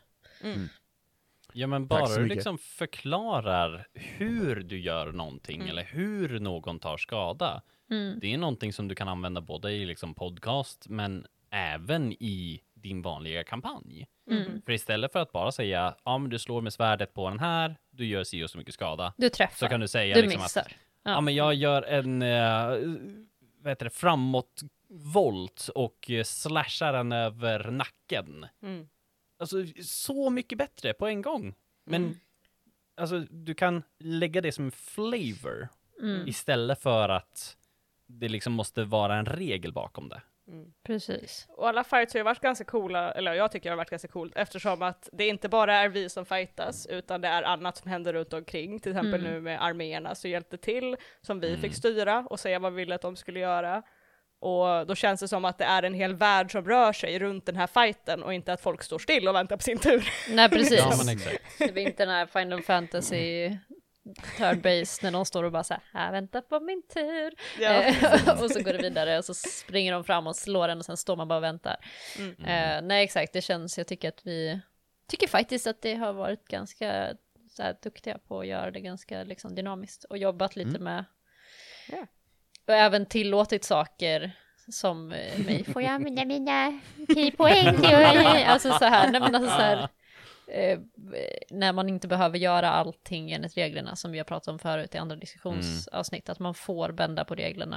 Ja, men Tack bara så du mycket. liksom förklarar hur du gör någonting Mm. eller hur någon tar skada. Mm. Det är någonting som du kan använda både i liksom podcast men även i din vanliga kampanj. Mm. För istället för att bara säga ja men du slår med svärdet på den här, du gör si och så mycket skada. Du träffar, Så kan du säga du liksom att missar. ja. men jag gör en uh, vad heter det, framåt volt och eh, slashar den över nacken. Mm. Alltså så mycket bättre på en gång. Men Mm. alltså du kan lägga det som flavor Mm. istället för att det liksom måste vara en regel bakom det. Mm. Precis. Och alla fights har ju varit ganska coola, eller jag tycker det har varit ganska coolt, eftersom att det inte bara är vi som fightas, utan det är annat som händer runt omkring. Till exempel Mm. nu med arméerna så hjälpte till, som vi Mm. fick styra och säga vad vi ville att de skulle göra. Och då känns det som att det är en hel värld som rör sig runt den här fighten och inte att folk står still och väntar på sin tur. Nej, precis. Ja men exakt. Det blir inte den här Final Fantasy third base när någon står och bara så här, jag väntar på min tur. Ja. Eh, och så går det vidare och så springer de fram och slår en och sen står man bara och väntar. Mm. Eh, nej, exakt, det känns, jag tycker att vi tycker faktiskt att det har varit ganska så här, duktiga på att göra det ganska liksom, dynamiskt och jobbat lite Mm. med Ja. och även tillåtit saker som eh, mig, får jag använda mina keypoäng? Alltså så här, nej men alltså så här eh, när man inte behöver göra allting enligt reglerna som vi har pratat om förut i andra diskussionsavsnitt, att man får bända på reglerna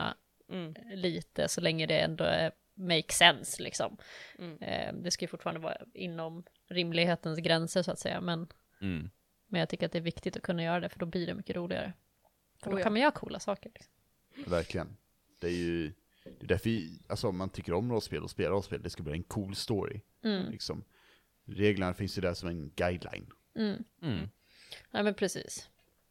Mm. lite så länge det ändå är make sense liksom. Mm. Eh, det ska ju fortfarande vara inom rimlighetens gränser så att säga, men, Mm. men jag tycker att det är viktigt att kunna göra det för då blir det mycket roligare. För då Oh ja. kan man göra coola saker. Liksom. Verkligen. Det är ju det är därför, alltså om man tycker om rollspel och spelar rollspel, det ska bli en cool story. Mm. Liksom. Reglerna finns ju där som en guideline. Mm. Mm. Nej men precis.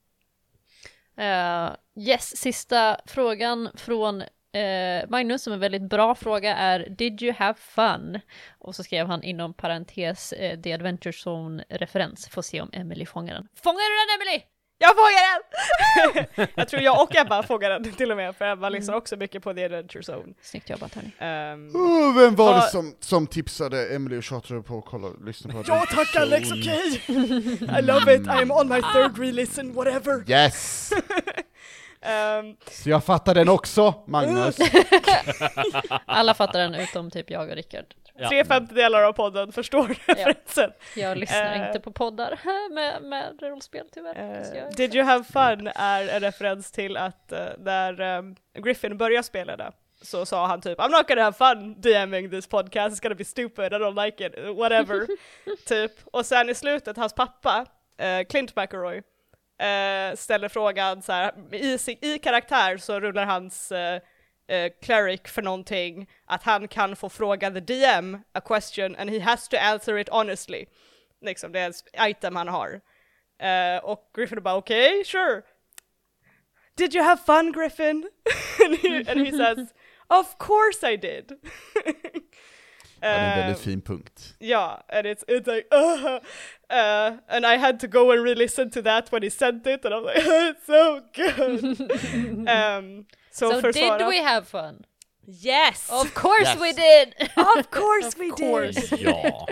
Uh, yes, sista frågan från uh, Magnus som är en väldigt bra fråga är Did you have fun? Och så skrev han inom parentes uh, The Adventure Zone-referens. Får se om Emily fångar den. Fångar du den, Emily? Jag fångar den! Jag tror jag och Ebba fångar den till och med, för Ebba lyssnar också mycket på The Adventure Zone. Snyggt jobbat hörni. Um, Oh, vem var Ja. det som, som tipsade Emily och tjatade på att kolla, lyssna på ja tack Alex, okej! I love it, I am on my third re-listen, whatever! Yes! Um, Så jag fattar den också, Magnus. Alla fattar den utom typ jag och Rickard. Ja. Tre femtedelar av podden förstår referensen. Jag lyssnar Eh. inte på poddar med, med rollspel tyvärr. Så Uh, jag- Did you have fun är en referens till att uh, när um, Griffin började spela det så sa han typ I'm not gonna have fun DMing this podcast, it's gonna be stupid, I don't like it, whatever. Typ. Och sen i slutet, hans pappa, uh, Clint McElroy, uh, ställer frågan så här, i, si- i karaktär så rullar hans uh, uh, cleric för någonting, att han kan få fråga the D M a question and he has to answer it honestly. Liksom, det är ett item han har. Uh, och Griffin bara, okay, sure. Did you have fun, Griffin? and, he, and he says, of course I did. Ja, det är en Uh, väldigt fin punkt. yeah, and it's it's like, uh, uh, and I had to go and re-listen to that when he sent it, and I was like, it's so good. um, so So för did Sara, we have fun? yes, Of course Yes. we did! of course we course. did. Ja.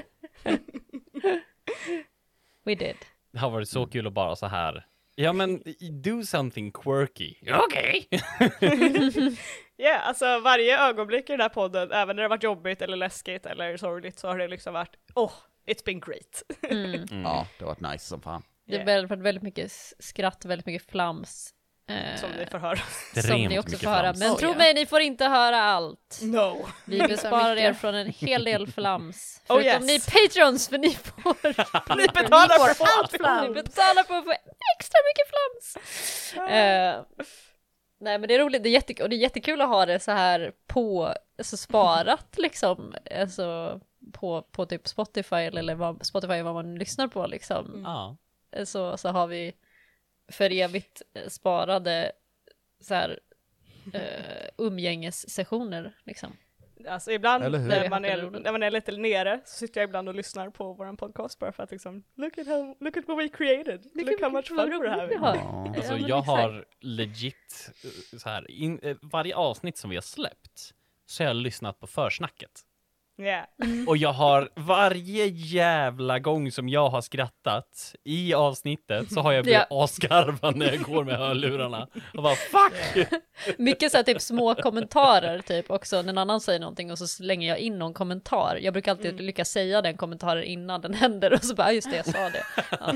We did. Det har varit så kul att bara så här. Ja men, do something quirky. Okej. Ja, yeah, alltså varje ögonblick i den här podden, även när det har varit jobbigt eller läskigt eller sorgligt, så har det liksom varit, oh, it's been great. Mm. Mm. Ja, det har varit nice som fan. Det har väl varit väldigt mycket s- skratt, väldigt mycket flams. eh, Som ni får höra. som Extremt ni också mycket får höra. flams. Men Oh, tro yeah. mig, ni får inte höra allt. No. Vi besparar er mycket. från en hel del flams. Oh, Förutom yes. ni patrons, för ni får, Ni betalar för att få allt allt. flams. ni betalar på att få extra mycket flams. Eh, nej men det är roligt, det är, jättekul, och det är jättekul att ha det så här på, alltså sparat liksom, alltså på, på typ Spotify eller vad, Spotify vad man lyssnar på liksom. Ja. Så, så har vi för evigt eh, sparade så här uh, umgängessessioner liksom. Alltså ibland Eller hur? när Det man, är är, roligt. när man är lite nere så sitter jag ibland och lyssnar på våran podcast bara för att liksom, look at, how, look at what we created, look, Look how at much vad fun we're roligt vi having. har. Ja. Alltså Ja, men jag exakt. har legit eh, så här, in, eh, varje avsnitt som vi har släppt så har jag lyssnat på försnacket. Yeah. Och jag har varje jävla gång som jag har skrattat i avsnittet så har jag blivit Ja. asgarvad när jag går med hörlurarna. Och bara fuck! Mycket så här typ små kommentarer typ också, när någon annan säger någonting och så slänger jag in någon kommentar. Jag brukar alltid Mm. lyckas säga den kommentaren innan den händer och så bara, "Ah, just det, jag sa det." Ja.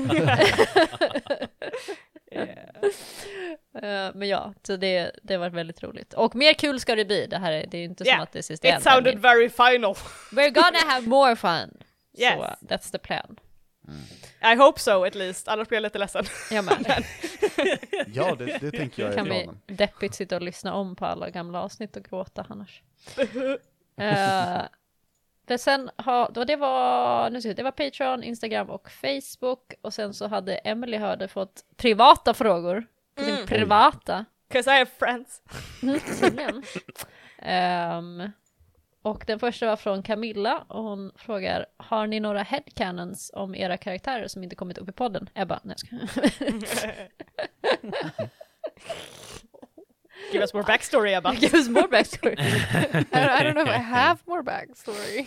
Yeah. Eh, men ja, så det, det har varit väldigt roligt. Och mer kul ska det bli. Det här är, det är inte som Yeah. att det är sista It sounded very final. We're gonna have more fun. Yes. Så that's the plan. I hope so at least, annars blir jag lite ledsen. Jag med. Ja, det, det tänker jag är Kan vi planen. deppigt sitta och lyssna om på alla gamla avsnitt och gråta annars. Uh, det sen har, då det var, nu ska vi, det var Patreon, Instagram och Facebook. Och sen så hade Emily hörde fått privata frågor. På sin Mm. privata. 'Cause I have friends. Mm, tydligen. Ehm, och den första var från Camilla och hon frågar, har ni några headcanons om era karaktärer som inte kommit upp i podden? Ebba, nej jag ska. Give us more backstory Ebba. Give us more backstory. I, don't, I don't know if I have more backstory.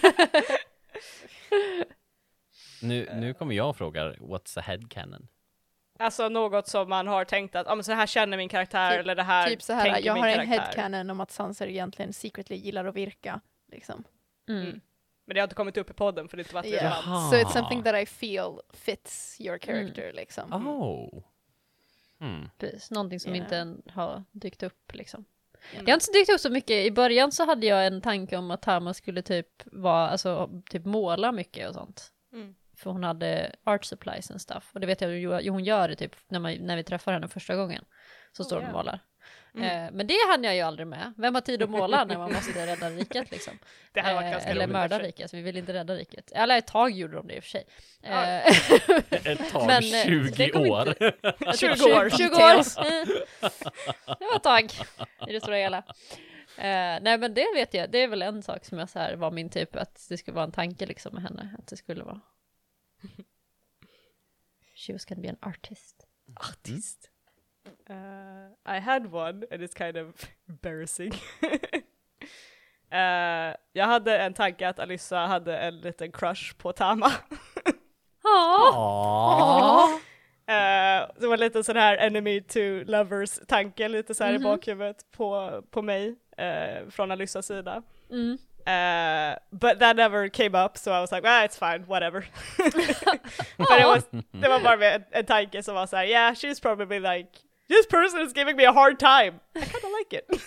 Nu, nu kommer jag och frågar, what's a headcanon? Alltså något som man har tänkt att, ah, men så här känner min karaktär Typ- eller det här Typ så här, tänker jag min har en karaktär. headcanon om att Sanser egentligen secretly gillar att virka. Liksom. Mm. Mm. Men det har inte kommit upp i podden för det inte varit Yeah. relevant. Jaha. So it's something that I feel fits your character liksom. Oh. Hmm. Precis, någonting som Yeah. inte än har dykt upp liksom. Mm. Jag har inte dykt upp så mycket. I början så hade jag en tanke om att Tama skulle typ vara, alltså typ måla mycket och sånt. Mm. För hon hade art supplies and stuff. Och det vet jag ju hon gör det typ när, man, när vi träffar henne första gången. Så står Oh, hon och yeah. målar. Mm. Eh, men det hann jag ju aldrig med. Vem har tid att måla när man måste rädda riket liksom? Det hade varit ganska eh, Eller roligt, mörda i och för sig. riket, så vi vill inte rädda riket. Eller ett tag gjorde de det i och för sig. Ja. Eh, Ett tag, Men, eh, det tjugo kommer år. tjugo år. tjugo år. Eh, Det var ett tag i det stora hela. Eh, nej men det vet jag, det är väl en sak som jag så här var min typ, att det skulle vara en tanke liksom med henne, att det skulle vara she was gonna be an artist. Artist. Uh, I had one and it's kind of embarrassing. uh, jag hade en tanke att Alyssa hade en liten crush på Tama. Ja. Åh. Uh, det var lite sån här enemy to lovers tanke lite så här Mhm. i bakhuvudet på, på mig uh, från Alyssas sida. Mm. Uh, but that never came up, so I was like, ah, it's fine, whatever. But it was, det var bara en, en tanke som var så här, yeah, she's probably like, this person is giving me a hard time. I kind of like it.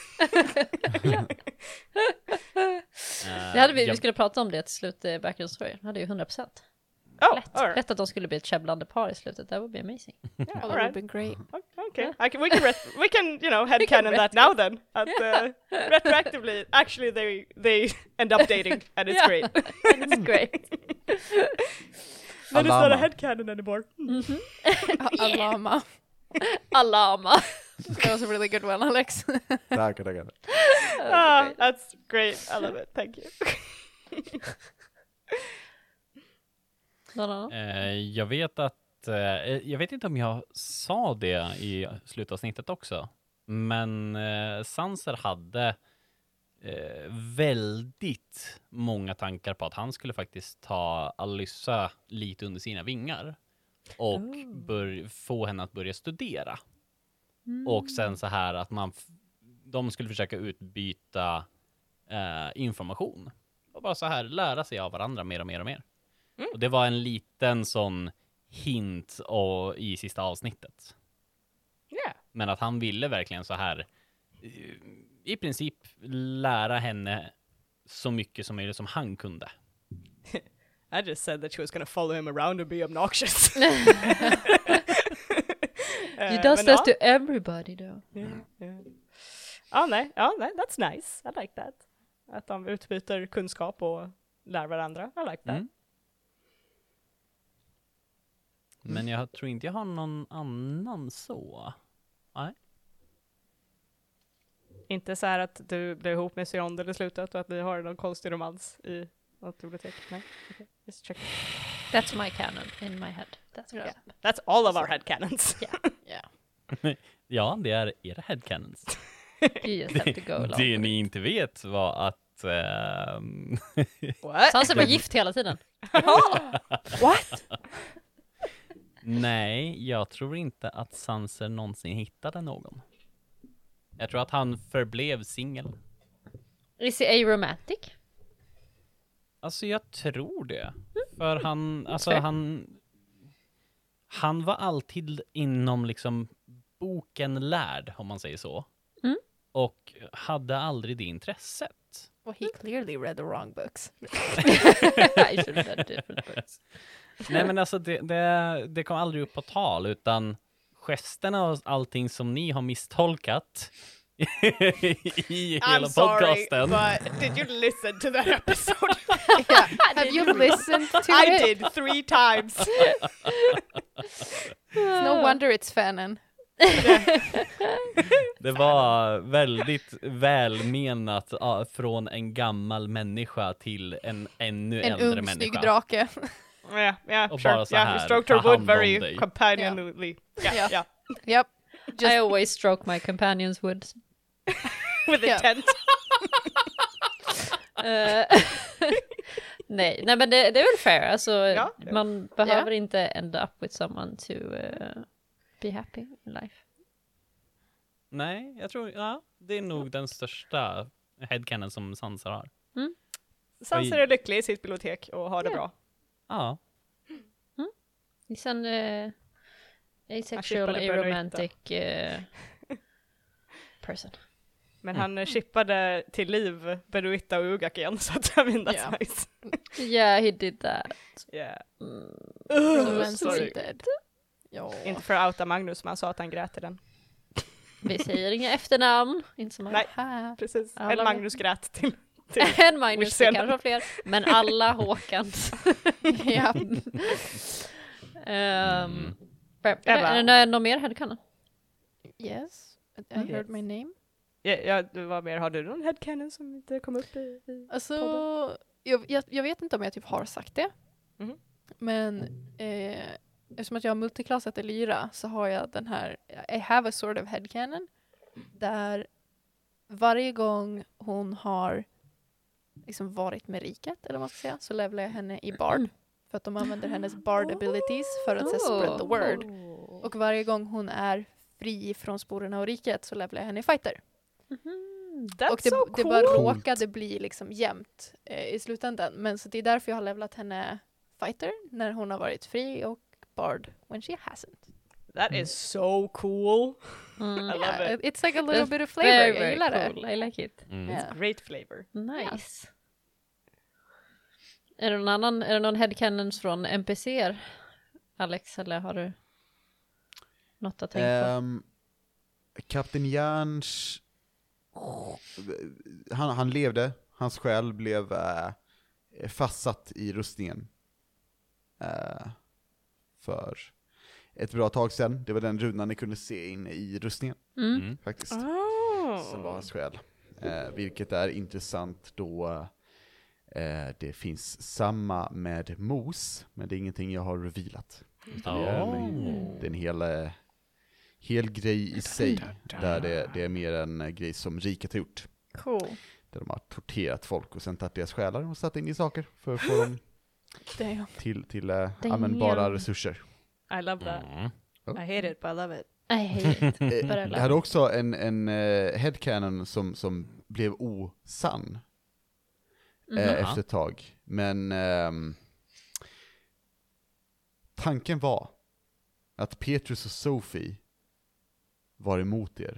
Det hade vi, vi jag, skulle prata om det till slut i background story. Det hade ju hundra procent. Oh, Lätt. all right. Lätt att de skulle bli ett käbblande par i slutet. That would be amazing. Yeah, Oh, all that would right. have been great. Okay, I can, we can ret- we can you know We can headcanon that now then. At, uh, retroactively, actually they they end up dating and it's Yeah. great. And it's great. Then it's not a Alama. headcanon anymore. Alama. Alama. That was a really good one, Alex. Tackar, tackar. Ah, that's great. I love it. Thank you. No, no. eh, jag vet att, eh, jag vet inte om jag sa det i slutavsnittet också, men eh, Sanser hade eh, väldigt många tankar på att han skulle faktiskt ta Alyssa lite under sina vingar och Oh. bör, få henne att börja studera. Mm. Och sen så här att man f- de skulle försöka utbyta eh, information. Och bara så här lära sig av varandra mer och mer och mer. Mm. Och det var en liten sån hint och, i sista avsnittet. Yeah. Men att han ville verkligen så här eh, i princip lära henne så mycket som möjligt som han kunde. I just said that she was going to follow him around and be obnoxious. You does this to everybody though. Yeah, yeah. Ja, nej, ja, nej, that's nice. I like that. Att de utbyter kunskap och lär varandra. I like that. Mm. Men jag tror inte jag har någon annan så. Nej. Inte så här att du blir ihop med Syrondel i slutet och att ni har någon konstig romans i något bibliotek. Nej, okay. Just check. That's my canon in my head. That's Yeah. yeah. That's all of our headcanons. Yeah. Ja, det är era headcanons. You just have to go along. Det ni inte vet var att ehm, What? Sansa var gift hela tiden. What? nej, jag tror inte att Sanser någonsin hittade någon. Jag tror att han förblev singel. Is he aromantic? Alltså jag tror det. För han, alltså fair. han han var alltid inom liksom boken lärd, om man säger så. Mm. Och hade aldrig det intresset. Well, he clearly read the wrong books. I should have said different books. Nej men alltså det, det, det kom aldrig upp på tal, utan gesterna och allting som ni har misstolkat i hela I'm sorry, podcasten. but did you listen to that episode? Yeah. Have you listened to I it? did three times. It's no wonder it's fanon. Det var väldigt välmenat ja, från en gammal människa till en ännu En äldre ung snygg människa. drake. Yeah, yeah, Och sure. bara så Yeah, här, you stroked ta her wood hand om very dig. companionably. Yeah, Yeah. yeah. Yep. Just I always stroke my companion's wood. With Yeah. intent. Eh, nej, nej men det, det är väl fair. Alltså, Ja. man behöver inte end up with someone to uh, be happy in life. Nej, jag tror, ja, det är nog den största headcanon som Sansa har. Sanser är lycklig i sitt bibliotek och har det Ja. bra. Ja, He's an uh, asexual, chippade på en och aromantic uh, person. Men han eh, chippade till liv Beruitta och Ugak igen, så att I mean that's Yeah. nice. Yeah, he did that. Yeah. Mm. Uh, Sorry. sorry. Ja. Inte för att outa Magnus, men han sa att han grät i den. Vi säger inga efternamn. Inte som Nej. här. Precis. Alla Eller vet. Magnus grät till. till. En Magnus, det Scenen. kanske var fler. Men alla Håkans. Ja. um, Ebba. är det någon mer headcanon? Yes, I Mm. heard my name. Ja, ja, vad mer? Har du någon headcanon som inte kom upp i, i Alltså, podden? jag, jag, jag vet inte om jag typ har sagt det. Mhm. Men eh, eftersom att jag har multiklassat Elyra så har jag den här, I have a sort of headcanon. Där varje gång hon har liksom varit med riket, eller vad man ska säga, så levlar jag henne i Bard. För att de använder hennes Bard abilities för att oh. spread the word. Och varje gång hon är fri från sporerna och riket så levlar jag henne i Fighter. Mm. That's och det, so det cool. bara råkade bli liksom jämnt eh, i slutändan. Men så det är därför jag har levlat henne Fighter när hon har varit fri och Bard when she hasn't. That is so cool. Mm. I love Yeah, it. it's like a little That's bit of flavor. Very, Jag very gillar cool. I like it. Mm. det. Yeah. Great flavor. Nice. Är det någon annan, är det någon headcanons från N P C-er? Alex, eller har du något att tänka på? Um, Kapten Järns... Han, han levde, hans själ blev uh, fastsatt i rustningen. Uh, för ett bra tag sedan. Det var den runan ni kunde se in i rustningen, Mm. Mm. faktiskt. Oh. Som var hans själ. Uh, vilket är intressant då uh, det finns samma med mos, men det är ingenting jag har revealat. Utan det, är en, det är en hel, uh, hel grej i sig, där det, det är mer en uh, grej som riket har gjort. Cool. Där de har torterat folk och sen tagit deras själar och satt in i saker för att få dem Damn. till, till uh, Damn. användbara resurser. I love that. Mm. I hate it, but I love it. I hate it. Eh, But I Jag love hade it. också en, en uh, headcanon som, som blev osann Mhm. eh, Jaha. efter ett tag. Men ehm, tanken var att Petrus och Sophie var emot er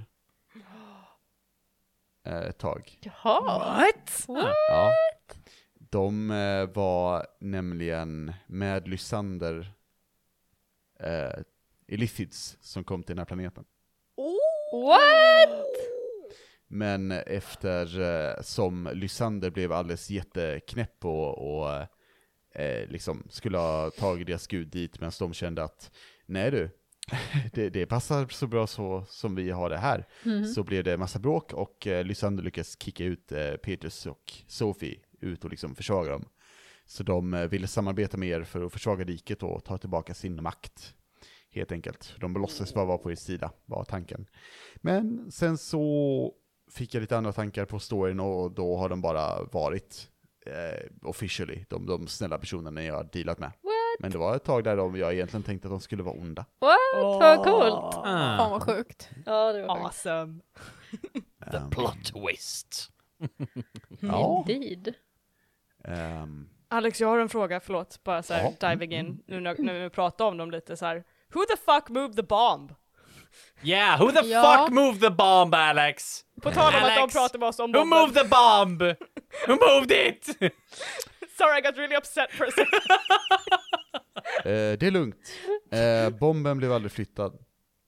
eh, ett tag. Jaha. What? Ja. De eh, var nämligen med Lysander eh, Illithids som kom till den här planeten. What? Men efter eh, som Lysander blev alldeles jätteknäpp och, och eh, liksom skulle ha tagit deras gud dit, men de kände att nej du, det, det passar så bra så som vi har det här. Mhm. Så blev det massa bråk och eh, Lysander lyckades kicka ut eh, Petrus och Sophie ut och liksom försvaga dem. Så de eh, ville samarbeta med er för att försvaga riket och ta tillbaka sin makt. Helt enkelt. De låtsades bara vara på er sida, var tanken. Men sen så fick jag lite andra tankar på storyn och då har de bara varit eh, officially de, de snälla personerna jag har dealat med. What? Men det var ett tag där de, jag egentligen tänkte att de skulle vara onda. What? Vad coolt. Ah. Fan vad sjukt. Ja, det var sjukt. Awesome. The Um, plot twist. Ja. Indeed. Um, Alex, jag har en fråga, förlåt, bara så här Ja. diving in, nu när, när vi pratar om dem lite så här. Who the fuck moved the bomb? Yeah, who the Ja. fuck moved the bomb, Alex? På tal om att de Alex, pratar med oss om Who bomben. moved the bomb? Who moved it? Sorry, I got really upset for a second. eh, det är lugnt. Eh, bomben blev aldrig flyttad.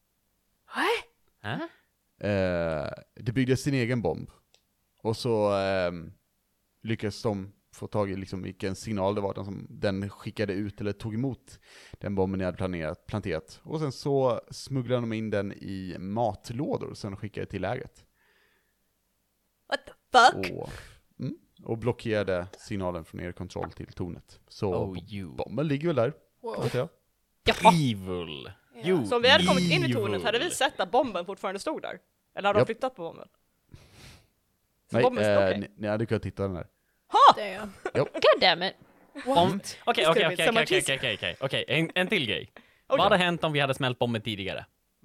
Huh? Eh, det byggdes sin egen bomb. Och så ehm, lyckades de få tag i liksom vilken signal det var den, som den skickade ut eller tog emot den bomben jag hade planerat, planterat. Och sen så smugglade de in den i matlådor som de skickade till lägret. What the fuck? Och, mm, och blockerade signalen från er kontroll till tornet. Så Oh, you bomben ligger väl där, Wow. vet jag. evil. Ja. You Så om vi hade kommit in i evil. tornet hade vi sett att bomben fortfarande stod där? Eller hade de Japp. flyttat på bomben? Så Nej, bomben stod eh, okej? ni, ni hade kunnat titta den där. Damn. God damn it. Om- Okej, This okej, could be okej, so okej, much okej, easier. okej, okej, okej. En en till grej. Oj Vad då. hade hänt om vi hade smält bomben tidigare?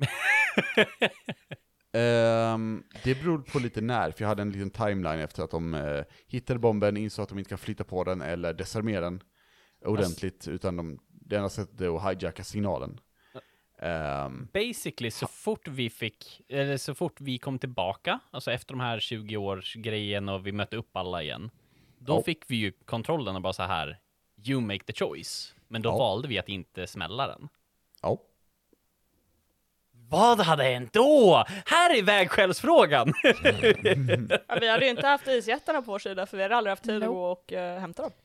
Ehm, det beror på lite när, för jag hade en liten timeline efter att de eh, hittade bomben, insåg att de inte kan flytta på den eller desarmera den ordentligt, utan de, det enda sättet är att hijacka signalen. Um, Basically, så fort vi fick, eller så fort vi kom tillbaka, alltså efter de här tjugo års grejen och vi mötte upp alla igen, då Ja. fick vi ju kontrollen och bara så här, you make the choice. Men då Ja. valde vi att inte smälla den. ja. Vad hade hänt då? Här är vägskällsfrågan! Ja, vi hade ju inte haft isjättarna på vår sida för vi hade aldrig haft tid Nope. att gå och uh, hämta dem.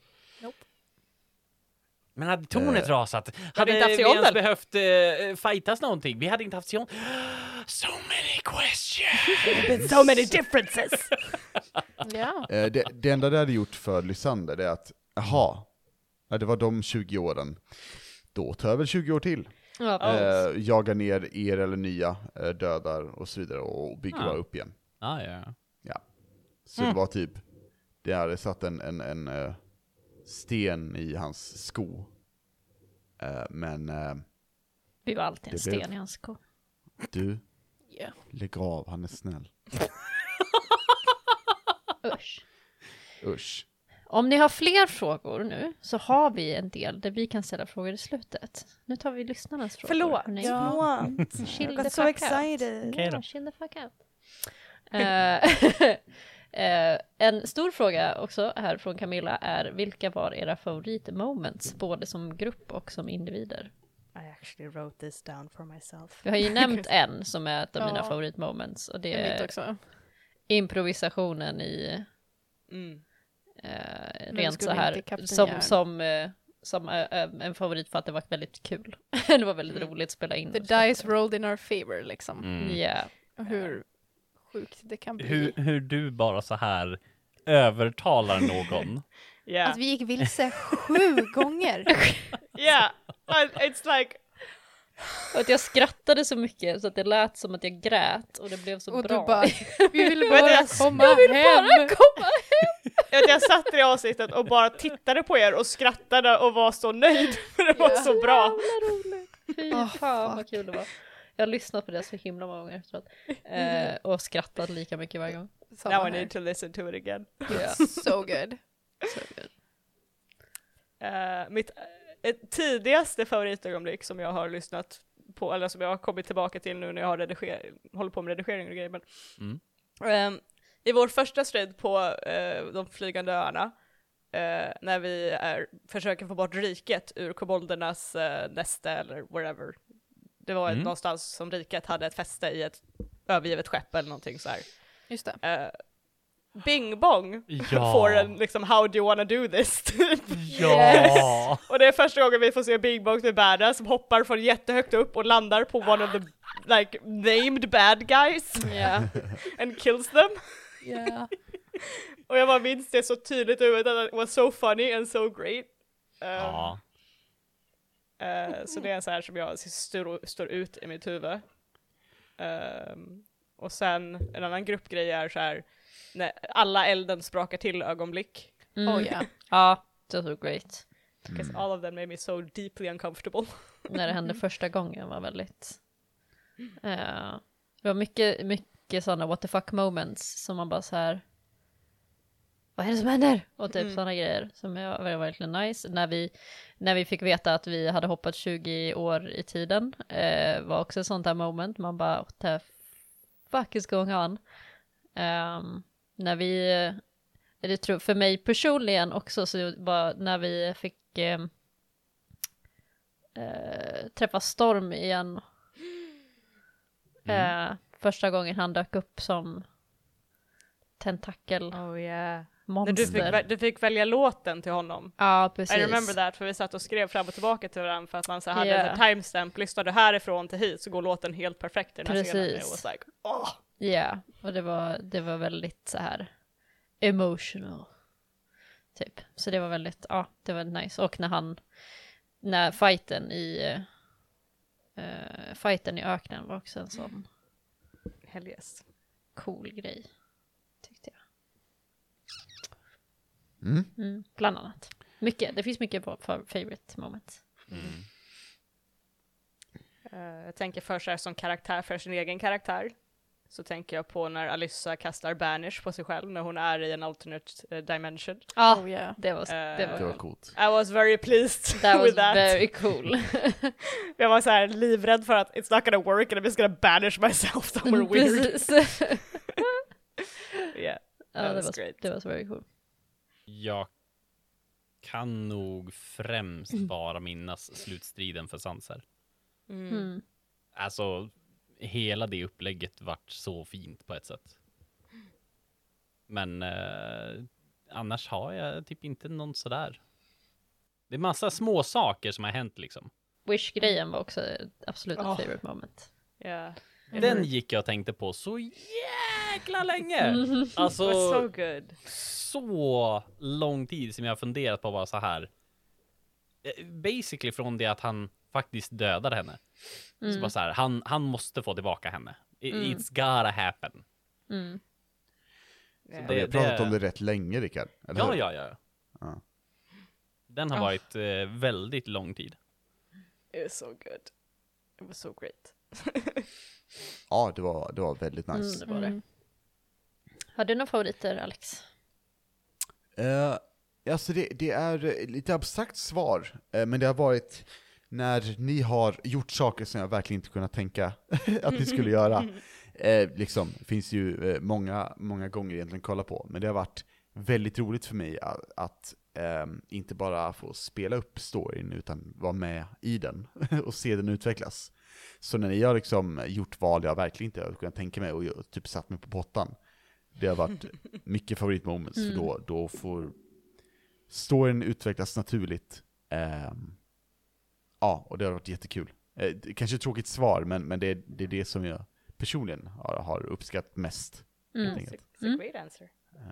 Men hade tornet Eh, rasat? hade Hade inte haft vi ens Sionel. behövt uh, fightas någonting? Vi hade inte haft Sion. So many questions! So many differences! Ja. Eh, det, det enda det hade gjort för Lysander det är att, jaha, ja, det var de tjugo åren. Då tar jag väl tjugo år till. Ja, Eh, jagar ner er eller nya, eh, dödar och så vidare och bygger Ja. bara upp igen. Ah, ja. Så det var typ, det hade satt en, en, en eh, sten i hans sko. Eh, men eh, vi var alltid en Det blev- sten i hans sko. du, Yeah. lägg av, han är snäll. Usch. Usch. Om ni har fler frågor nu så har vi en del där vi kan ställa frågor i slutet. Nu tar vi lyssnarnas frågor. Förlåt. Nej. Ja. Chill I the got so fuck excited. out. Okej då. Ja, chill the fuck out. Eh, eh, en stor fråga också här från Camilla är vilka var era favoritmoments både som grupp och som individer? I actually wrote this down for myself. Vi har ju nämnt en som är ett av mina Ja. favoritmoments och det Det är mitt är också. improvisationen i Mm. eh, Men rent skulle så här inte Kapten som, Järn- som, eh, som eh, eh, en favorit för att det var väldigt kul. Det var väldigt roligt att spela in. The och så. dice rolled in our favor liksom. Mm. Ja. Och hur sjukt det kan bli. Hur, hur du bara så här övertalar någon. Yeah. Att vi gick vilse sju gånger. Yeah. I- It's like... Och att jag skrattade så mycket så att det lät som att jag grät och det blev så Och bra. du bara, vi vill Men bara jag- komma jag vill hem. bara komma hem! Jag, jag satt i det avsnittet och bara tittade på er och skrattade och var så nöjd för det var Ja. så bra. Jävla roligt. Fy Oh, fan vad fuck. kul det var. Jag har lyssnat på det så himla många gånger efteråt. Eh, och skrattat lika mycket varje gång. Samma Now I här. need to listen to it again. Yeah. So good. So good. Uh, mitt uh, tidigaste favoritögonblick som jag har lyssnat på, eller som jag har kommit tillbaka till nu när jag har rediger- håller på med redigering och grejer. Men, Mm. Ehm, I vår första strid på eh, de flygande öarna, eh, när vi är, försöker få bort riket ur koboldernas eh, näste eller wherever. Det var Mm. någonstans som riket hade ett fäste i ett övergivet skepp eller någonting så här. Just det. Eh, Bing bong Ja. får en liksom how do you wanna do this typ. Ja! Och det är första gången vi får se Bing Bong med badass som hoppar från jättehögt upp och landar på one of the like named bad guys Yeah. and kills them. Yeah. Och jag bara minns det så tydligt ut att it was so funny and so great. Um, Ja. eh, så det är en så här som jag står, står ut i mitt huvud. Um, och sen en annan gruppgrej är så här när alla elden sprakar till ögonblick. Mm. Oh yeah. Ja, det var great. Because all of them made me so deeply uncomfortable. När det hände första gången var väldigt... eh, det var mycket, mycket sådana what the fuck moments som man bara så här. Vad är det som händer? Och typ Mm. sådana grejer som jag, var verkligen nice. När vi, när vi fick veta att vi hade hoppat tjugo år i tiden eh, var också ett sånt här moment. Man bara, what the fuck is going on? Um, när vi, det tror för mig personligen också, så var när vi fick eh, eh, träffa Storm igen. Mm. Eh, första gången han dök upp som tentakelmonster. Oh yeah. När du fick, vä- du fick välja låten till honom. Ja, precis. I remember that, för vi satt och skrev fram och tillbaka till varandra för att man så hade Yeah. en timestamp, lyssnar du härifrån till hit så går låten helt perfekt i den här scenen. It Precis. was like, oh. Ja, och det var, det var väldigt så här emotional. Typ. Så det var väldigt, ja, det var nice. Och när han, när fighten i, uh, fighten i öknen var också en sån Hell yes. cool grej. Tyckte jag. Mm. Mm, bland annat. Mycket, det finns mycket på för favorite moments. Mm. Uh, jag tänker för sig som karaktär för sin egen karaktär. så tänker jag på när Alyssa kastar Banish på sig själv när hon är i en alternate uh, dimension. Ja, Oh, yeah. det var, det Eh, var Det var cool. coolt. I was very pleased That was with that. very cool. Jag var så här livrädd för att it's not gonna work and I'm just gonna banish myself somewhere weird. Precis. Yeah, Ja, that det was var, great. det var så very cool. Jag kan nog främst bara minnas slutstriden för Sanser. Mm. Mm. Alltså, hela det upplägget vart så fint på ett sätt. Men eh, annars har jag typ inte någon sådär. Det är massa små saker som har hänt liksom. Wish-grejen var också absolut ett Oh. favorite moment. Yeah. Den gick jag och tänkte på så jäkla länge. It Alltså, was so good. så lång tid som jag har funderat på bara så här. Eh, Basically från det att han faktiskt dödade henne. Så Mm. bara så här, han, han måste få tillbaka henne. I, Mm. It's gotta happen. Mm. Yeah. Det- Vi har pratat det- om det rätt länge, Rickard. Eller Ja, hur? ja, ja. Ja. Den har Oh. varit eh, väldigt lång tid. It was so good. It was so great. Ja, det var, det var väldigt nice. Mm, det var det. Mm. Har du några favoriter, Alex? Eh, alltså det, det är eh, lite abstrakt svar, eh, men det har varit när ni har gjort saker som jag verkligen inte kunnat tänka att ni skulle göra. Eh, liksom, det finns ju eh, många, många gånger egentligen att kolla på, men det har varit väldigt roligt för mig att, att ehm, inte bara få spela upp storyn utan vara med i den och se den utvecklas. Så när ni har liksom gjort val jag verkligen inte har kunnat tänka mig och jag, typ satt mig på pottan, det har varit mycket favoritmoments, Mm. för då, då får storyn utvecklas naturligt. Ehm, ja, och det har varit jättekul. Eh, det kanske ett tråkigt svar, men, men det, är, det är det som jag personligen har, har uppskattat mest. Mm. helt It's a, enkelt. it's a Mm. great answer.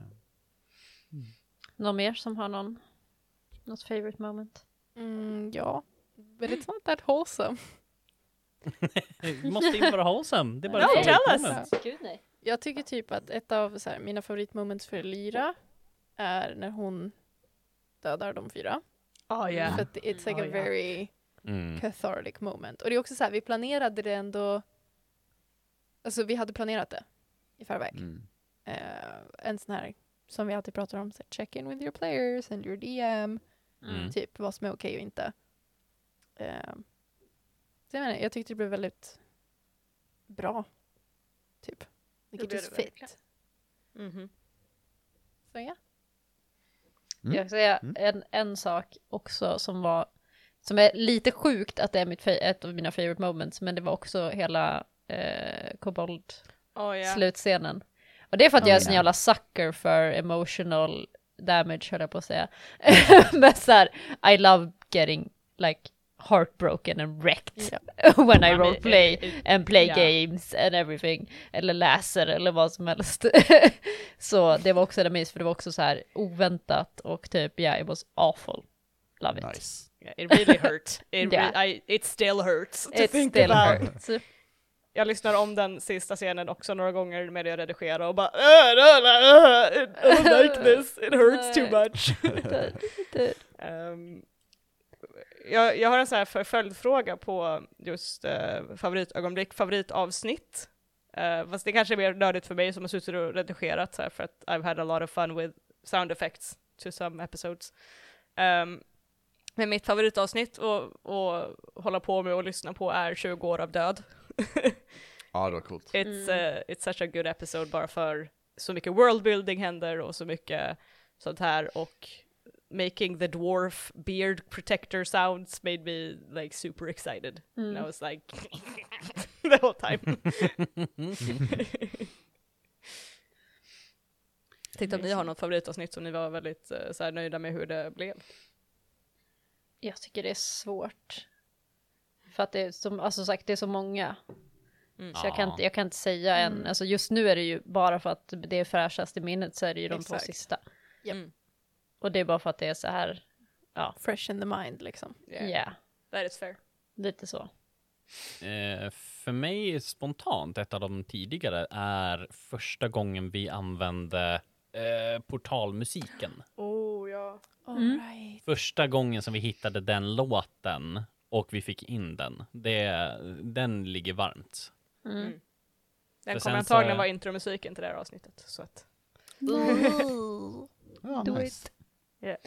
Någon mer som har någon något favorite moment? Mm, ja, but it's not that wholesome. Vi måste inte vara wholesome. Det är bara No, ett tell favoritmoment. us. Gud nej. Jag tycker typ att ett av så här, mina favoritmoments för Lyra är när hon dödar de fyra. Oh yeah. För att it's like Oh, a yeah. very Mm. cathartic moment. Och det är också så här, vi planerade det ändå, alltså vi hade planerat det i förväg. Mm. Eh, en sån här, som vi alltid pratar om, så här, check in with your players and your D M, Mm. typ vad som är okej och inte. Eh, så jag menar, jag tyckte det blev väldigt bra. Typ. Det Vilket blev just det verkligen. fit. Mhm. Så ja. Mm. Jag ska säga Mm. en, en sak också som var som är lite sjukt att det är mitt, fa- ett av mina favorite moments, men det var också hela eh, Kobold Oh yeah. slutscenen. Och det är för att Oh, jag är sån yeah. jävla sucker för emotional damage, höll jag på att säga. Men så här, I love getting like heartbroken and wrecked when I I mean, roleplay it- it- and play yeah. games and everything. Eller läser eller vad som helst. Så det var också det minst, för det var också så här oväntat och typ, yeah, it was awful. Love it. Nice. Yeah, it really hurt. It, Yeah. re- I, it still hurts to It think still about. hurts. Jag lyssnar om den sista scenen också några gånger med det jag redigerar och bara "Äh, äh, äh, I don't like this, it hurts too much." um, jag, jag har en sån här för- följdfråga på just uh, favoritögonblick, favoritavsnitt. Uh, fast det kanske är mer nördigt för mig som har suttit och redigerat så här, för att I've had a lot of fun with sound effects to some episodes. Um, men mitt favoritavsnitt att att hålla på med och lyssna på är tjugo år av död. Ja, det var coolt. It's, Mm. uh, it's such a good episode bara för så mycket worldbuilding händer och så mycket sånt här, och making the dwarf beard protector sounds made me like super excited. Mm. And I was like the whole time. Jag tänkte om ni har något favoritavsnitt som ni var väldigt uh, så här, nöjda med hur det blev. Jag tycker det är svårt. För att det är som, alltså sagt, det är så många. Mm. Så jag kan, Ja. inte, jag kan inte säga en. Mm. Alltså just nu är det ju bara för att det är fräschast i minnet, så är det ju de Exakt. två sista. Japp. Mm. Och det är bara för att det är så här, Fresh in the mind liksom. ja, Yeah, yeah, that is fair. lite så. Eh, för mig spontant, ett av de tidigare är första gången vi använde eh, portalmusiken. Oh ja. Mm. All right. Första gången som vi hittade den låten och vi fick in den. Det, den ligger varmt. Mm. Mm. Den För kommer sen antagligen så- vara intromusiken till det här avsnittet. Så att... Ja, Do nice. Yeah.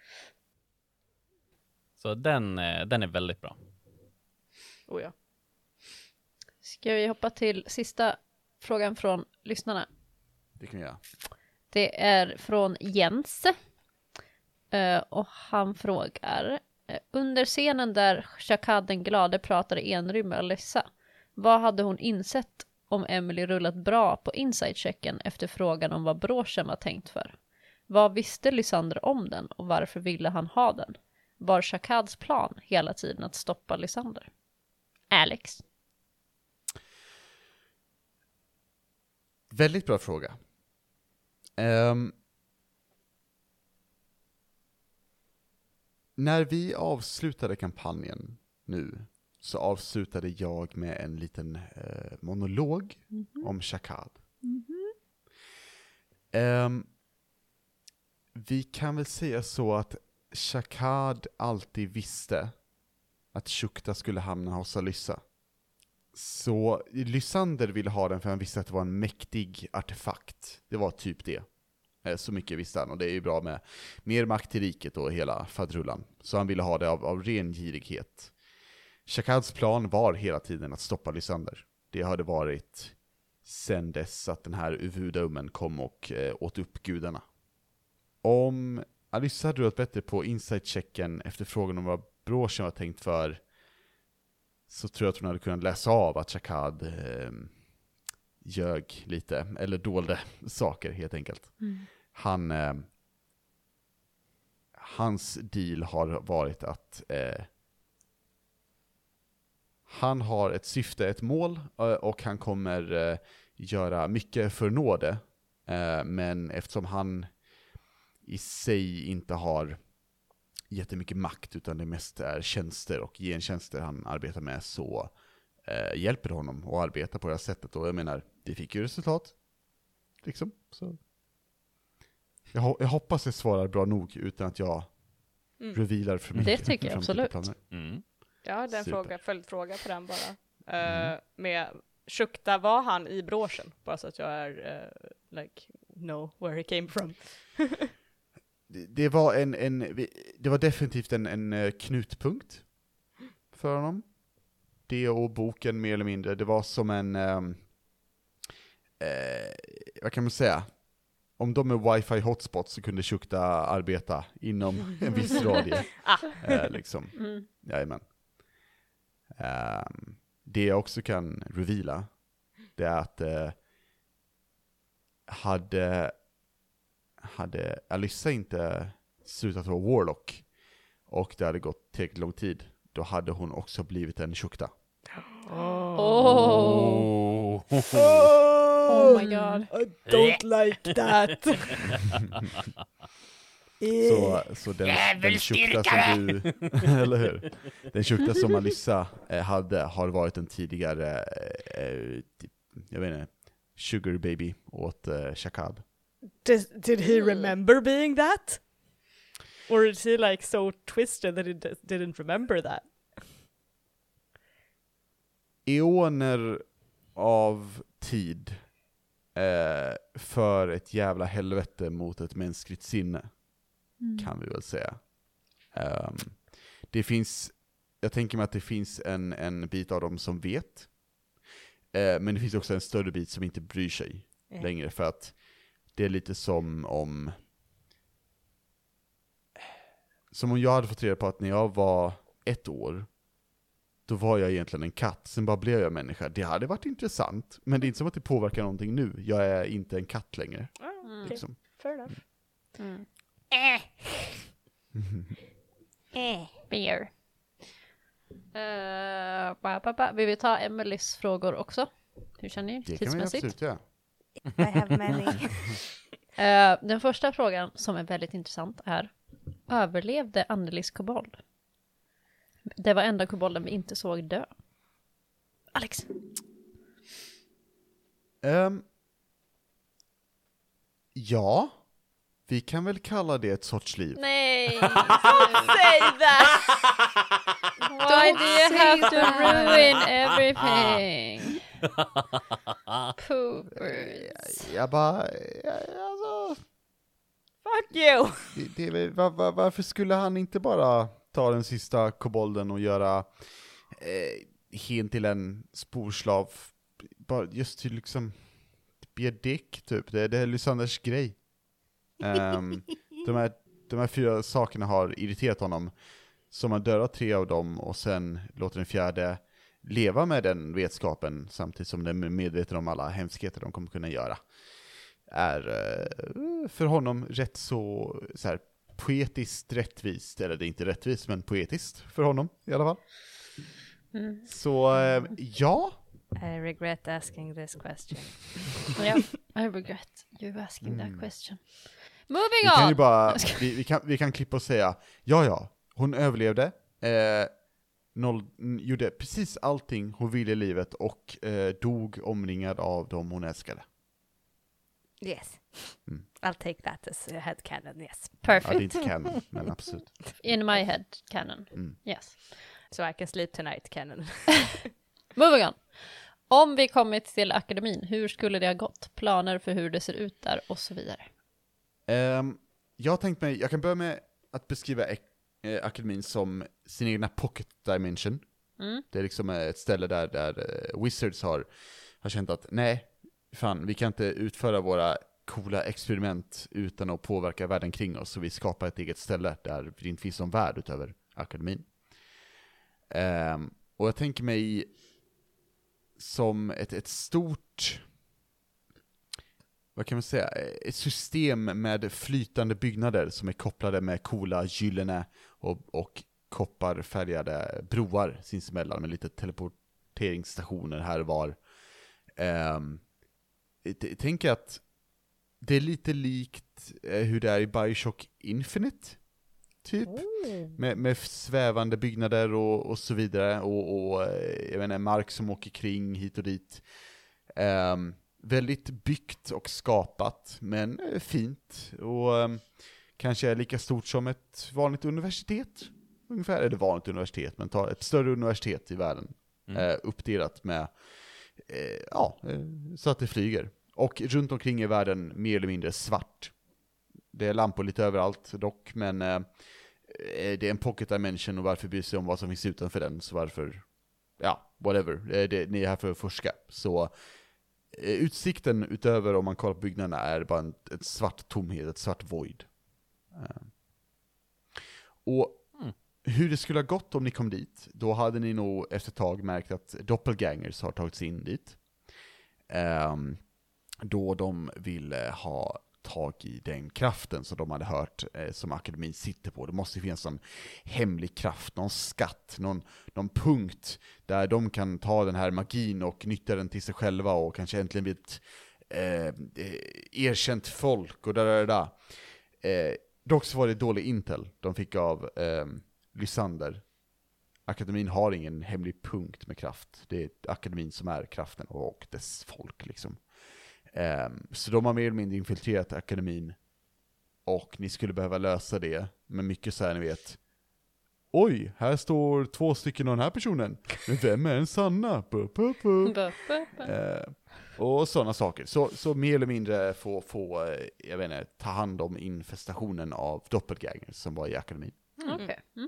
Så den, eh, den är väldigt bra. Oh ja. Ska vi hoppa till sista frågan från lyssnarna? Det kan jag göra. Det är från Jens. Eh, och han frågar. eh, Under scenen där Shakad den glade pratade enrym med Alyssa. Vad hade hon insett om Emily rullat bra på inside-checken efter frågan om vad broschen var tänkt för? Vad visste Lysander om den och varför ville han ha den? Var Shakads plan hela tiden att stoppa Lysander? Alex? Väldigt bra fråga. Ehm, när vi avslutade kampanjen nu så avslutade jag med en liten eh, monolog Mm-hmm. om Shakad. Ehm, vi kan väl säga så att Shakad alltid visste att Shukta skulle hamna hos Alyssa. Så Lysander ville ha den för han visste att det var en mäktig artefakt. Det var typ det. Eh, Så mycket visste han, och det är ju bra med mer makt i riket och hela fadrullan. Så han ville ha det av, av ren girighet. Shakads plan var hela tiden att stoppa Lysander. Det hade varit sen dess att den här Uvudaumen kom och eh, åt upp gudarna. Om Alyssa hade rört bättre på insight-checken efter frågan om vad broschen var tänkt för, så tror jag att hon hade kunnat läsa av att Shakad eh, ljög lite, eller dolde saker helt enkelt. Han, eh, hans deal har varit att eh, han har ett syfte, ett mål, eh, och han kommer eh, göra mycket för att nå det. Eh, men eftersom han i sig inte har jättemycket makt, utan det mest är tjänster och gentjänster han arbetar med, så eh, hjälper det honom att arbeta på det här sättet. Och jag menar, det fick ju resultat. Liksom. Så. Jag, ho- jag hoppas jag svarar bra nog utan att jag Mm. revealar för Det mycket. tycker jag framtida absolut. planer. Mm. Jag hade en Super. fråga, följdfråga på den bara. Mm. Eh, med Shukta, var han i broschen? Bara så att jag är, uh, like, know where he came from. Det, det var en, en vi- det var definitivt en, en eh, knutpunkt för honom. Det och boken mer eller mindre. Det var som en, ehm, eh, vad kan man säga? Om de är wifi hotspot så kunde Shukta arbeta inom en viss radie. Ah. Eh, liksom. Mm. Jajamän. Um, det jag också kan reveala, det är att eh, hade, hade Alyssa inte slutat vara Warlock och det hade gått tillräckligt lång tid, då hade hon också blivit en Shukta. Oh. Oh. Oh my god. I don't like that. Så, så den, den Shukta som du, eller hur? Den Shukta som Alyssa eh, hade har varit en tidigare, eh, typ, jag vet inte, sugar baby åt eh, Shakad. Did, did he remember being that? Or is he like so twisted that he d- didn't remember that? Eoner av tid eh, för ett jävla helvete mot ett mänskligt sinne, kan vi väl säga. Um, det finns, jag tänker mig att det finns en, en bit av dem som vet, eh, men det finns också en större bit som inte bryr sig Mm. längre, för att det är lite som om som om jag hade fått reda på att när jag var ett år, då var jag egentligen en katt, sen bara blev jag människa. Det hade varit intressant, men det är inte som att det påverkar någonting nu. Jag är inte en katt längre. Ah, okay. Liksom. Fair enough. Mm. Eh. Beer. Uh, ba, ba, ba. Vill vi ta Emelies frågor också? Hur känner ni Det kan vi tidsmässigt? absolut göra. I have many. Eh, den första frågan som är väldigt intressant är: överlevde Annelies kobold? Det var enda kobolden vi inte såg dö. Alex? Um, ja, vi kan väl kalla det ett sorts liv. Nej! Say that! Why do you have to ruin everything? Poopers. Jag bara, jag, alltså, Fuck you! det, det, är väl- var, var, varför skulle han inte bara ta den sista kobolden och göra eh, hen till en sporslav? Bara just till liksom, be a dick typ, det, det är Lysanders grej. Um, de, här, de här fyra sakerna har irriterat honom, så man dödar tre av dem och sen låter den fjärde leva med den vetskapen samtidigt som den är medveten om alla hemskheter de kommer kunna göra. Är uh, för honom rätt så, så här, poetiskt rättvist, eller det är inte rättvist men poetiskt för honom i alla fall. Mm. Så uh, ja. I regret asking this question. Yeah, I regret you asking Mm. that question. Moving Vi kan on! ju bara, vi, vi, kan, vi kan klippa och säga, ja ja, hon överlevde, eh, noll, n- gjorde precis allting hon ville i livet och eh, dog omringad av dem hon älskade. Yes. Mm. I'll take that as a headcanon, yes. Ja, det är Perfect. inte canon, men absolut. In my head canon. Mm. Yes. So I can sleep tonight, canon. Moving on. Om vi kommit till akademin, hur skulle det ha gått? Planer för hur det ser ut där och så vidare. Um, jag har tänkt mig, jag kan börja med att beskriva ek- eh, akademin som sin egna pocket dimension. Mm. Det är liksom eh, ett ställe där, där eh, Wizards har, har känt att nej, fan, vi kan inte utföra våra coola experiment utan att påverka världen kring oss, så vi skapar ett eget ställe där det inte finns någon värld utöver akademin. Um, och jag tänker mig som ett, ett stort, vad kan man säga, ett system med flytande byggnader som är kopplade med coola gyllene och, och kopparfärgade broar sinsemellan med lite teleporteringsstationer här och var. Um, jag tänker att det är lite likt eh, hur det är i Bioshock Infinite, typ. Med, med svävande byggnader och, och så vidare. Och, och eh, jag vet inte, mark som åker kring hit och dit. Um, väldigt byggt och skapat, men eh, fint. Och um, kanske är lika stort som ett vanligt universitet. Ungefär, eller vanligt universitet, men ta ett större universitet i världen. Mm. Eh, uppdelat med, eh, ja, eh, så att det flyger. Och runt omkring i världen mer eller mindre svart. Det är lampor lite överallt dock, men eh, det är en pocket dimension och varför bry sig om vad som finns utanför den, så varför, ja, whatever. Det, det, ni är här för att forska. Så eh, utsikten utöver om man kollar på byggnaderna är bara en, ett svart tomhet, ett svart void. Eh. Och Mm. hur det skulle ha gått om ni kom dit, då hade ni nog efter ett tag märkt att doppelgangers har tagit sig in dit. Um, då de ville ha tag i den kraften som de hade hört eh, som akademin sitter på. Det måste finnas någon hemlig kraft, någon skatt, någon, någon punkt där de kan ta den här magin och nyttja den till sig själva och kanske äntligen bli ett eh, erkänt folk och där, där, där. Eh, dock så var det dålig intel de fick av eh, Lysander. Akademin har ingen hemlig punkt med kraft. Det är akademin som är kraften och dess folk liksom. Um, så de har mer eller mindre infiltrerat akademin och ni skulle behöva lösa det med mycket så här, ni vet, oj, här står två stycken av den här personen, men vem är den sanna? Buh, buh, buh. Buh, buh, buh. Uh, och sådana saker. Så, så mer eller mindre få, få uh, jag vet inte, ta hand om infestationen av doppelgangers som var i akademin. Mm. Okej. Mm.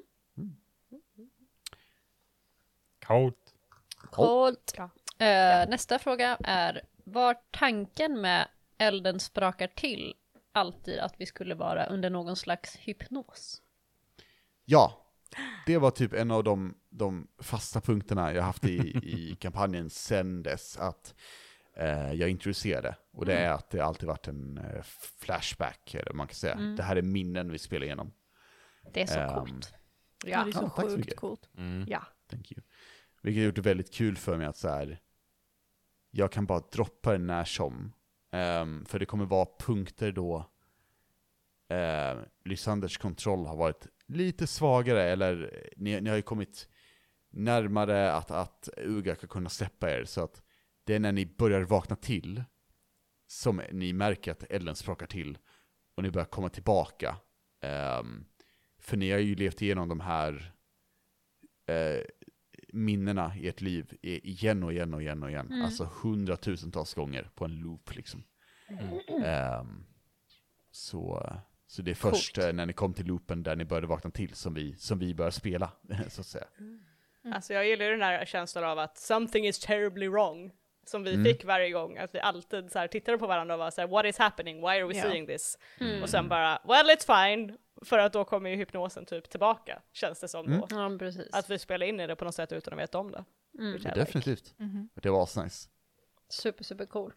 Coolt. Coolt. Ja. Eh, nästa fråga är, var tanken med elden sprakar till alltid att vi skulle vara under någon slags hypnos? Ja, det var typ en av de, de fasta punkterna jag haft i, i kampanjen sen dess att eh, jag introducerade. Och det är att det alltid varit en eh, flashback, eller man kan säga. Mm. Det här är minnen vi spelar igenom. Det är så Ehm, coolt. Ja, Ja, det är så Ja, tack så sjukt mycket. coolt. Mm. ja. Thank you. Vilket har gjort det väldigt kul för mig att så här, jag kan bara droppa den när som. Um, för det kommer vara punkter då uh, Lysanders kontroll har varit lite svagare, eller ni, ni har ju kommit närmare att, att Uga kan kunna släppa er, så att det är när ni börjar vakna till som ni märker att elden sprakar till och ni börjar komma tillbaka. Um, för ni har ju levt igenom de här uh, minnena i ert liv igen och igen och igen och igen. Mm. Alltså hundratusentals gånger på en loop liksom. Mm. Um, så, så det är först Coolt. eh, när ni kom till loopen där ni började vakna till som vi, som vi börjar spela, så att säga. Mm. Alltså jag gillar ju den här känslan av att something is terribly wrong. Som vi Mm. fick varje gång. Att vi alltid så här tittade på varandra och var så här, what is happening? Why are we Ja. seeing this? Mm. Och sen bara, well it's fine. För att då kommer ju hypnosen typ tillbaka, känns det som Mm. då. Ja, precis. Att vi spelar in i det på något sätt utan att veta om det. Mm. Which I like. Definitivt. Mhm. Det var asnice. Super, super cool.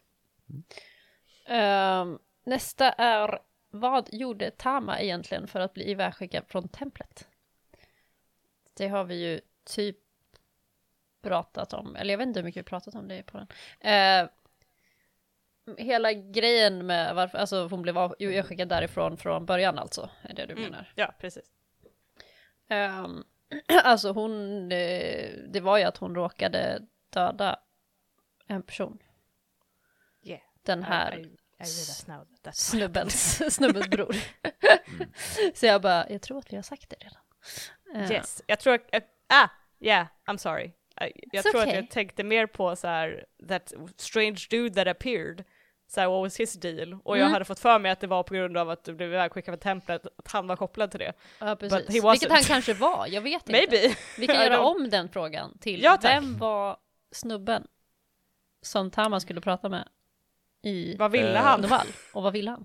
Ehm, nästa är, vad gjorde Tama egentligen för att bli ivägskickad från templet? Det har vi ju typ pratat om, eller jag vet inte hur mycket vi pratat om det på den. Ehm, hela grejen med varför, alltså hon blev av, jag skickad därifrån från början alltså, är det du Mm. menar? Ja, precis. Um, alltså hon, det, det var ju att hon råkade döda en person. Yeah. Den här I, I, I realize now that that's snubbens, snubbens bror. Mm. Så jag bara, jag tror att vi har sagt det redan. Eh, Yes, jag tror att, uh, ah, yeah, I'm sorry. I, jag It's tror okay. att jag tänkte mer på så här, that strange dude that appeared. Så här, what was his deal? Och jag Mm. hade fått för mig att det var på grund av att du blev ivägskickad från templet, att han var kopplad till det. Ja, But precis. he wasn't. Vilket han kanske var, jag vet inte. Maybe. Vi kan I göra don't- om den frågan till, Ja, tack. vem var snubben som Tama skulle prata med i Vad ville Eh, han? Noval? Och vad ville han?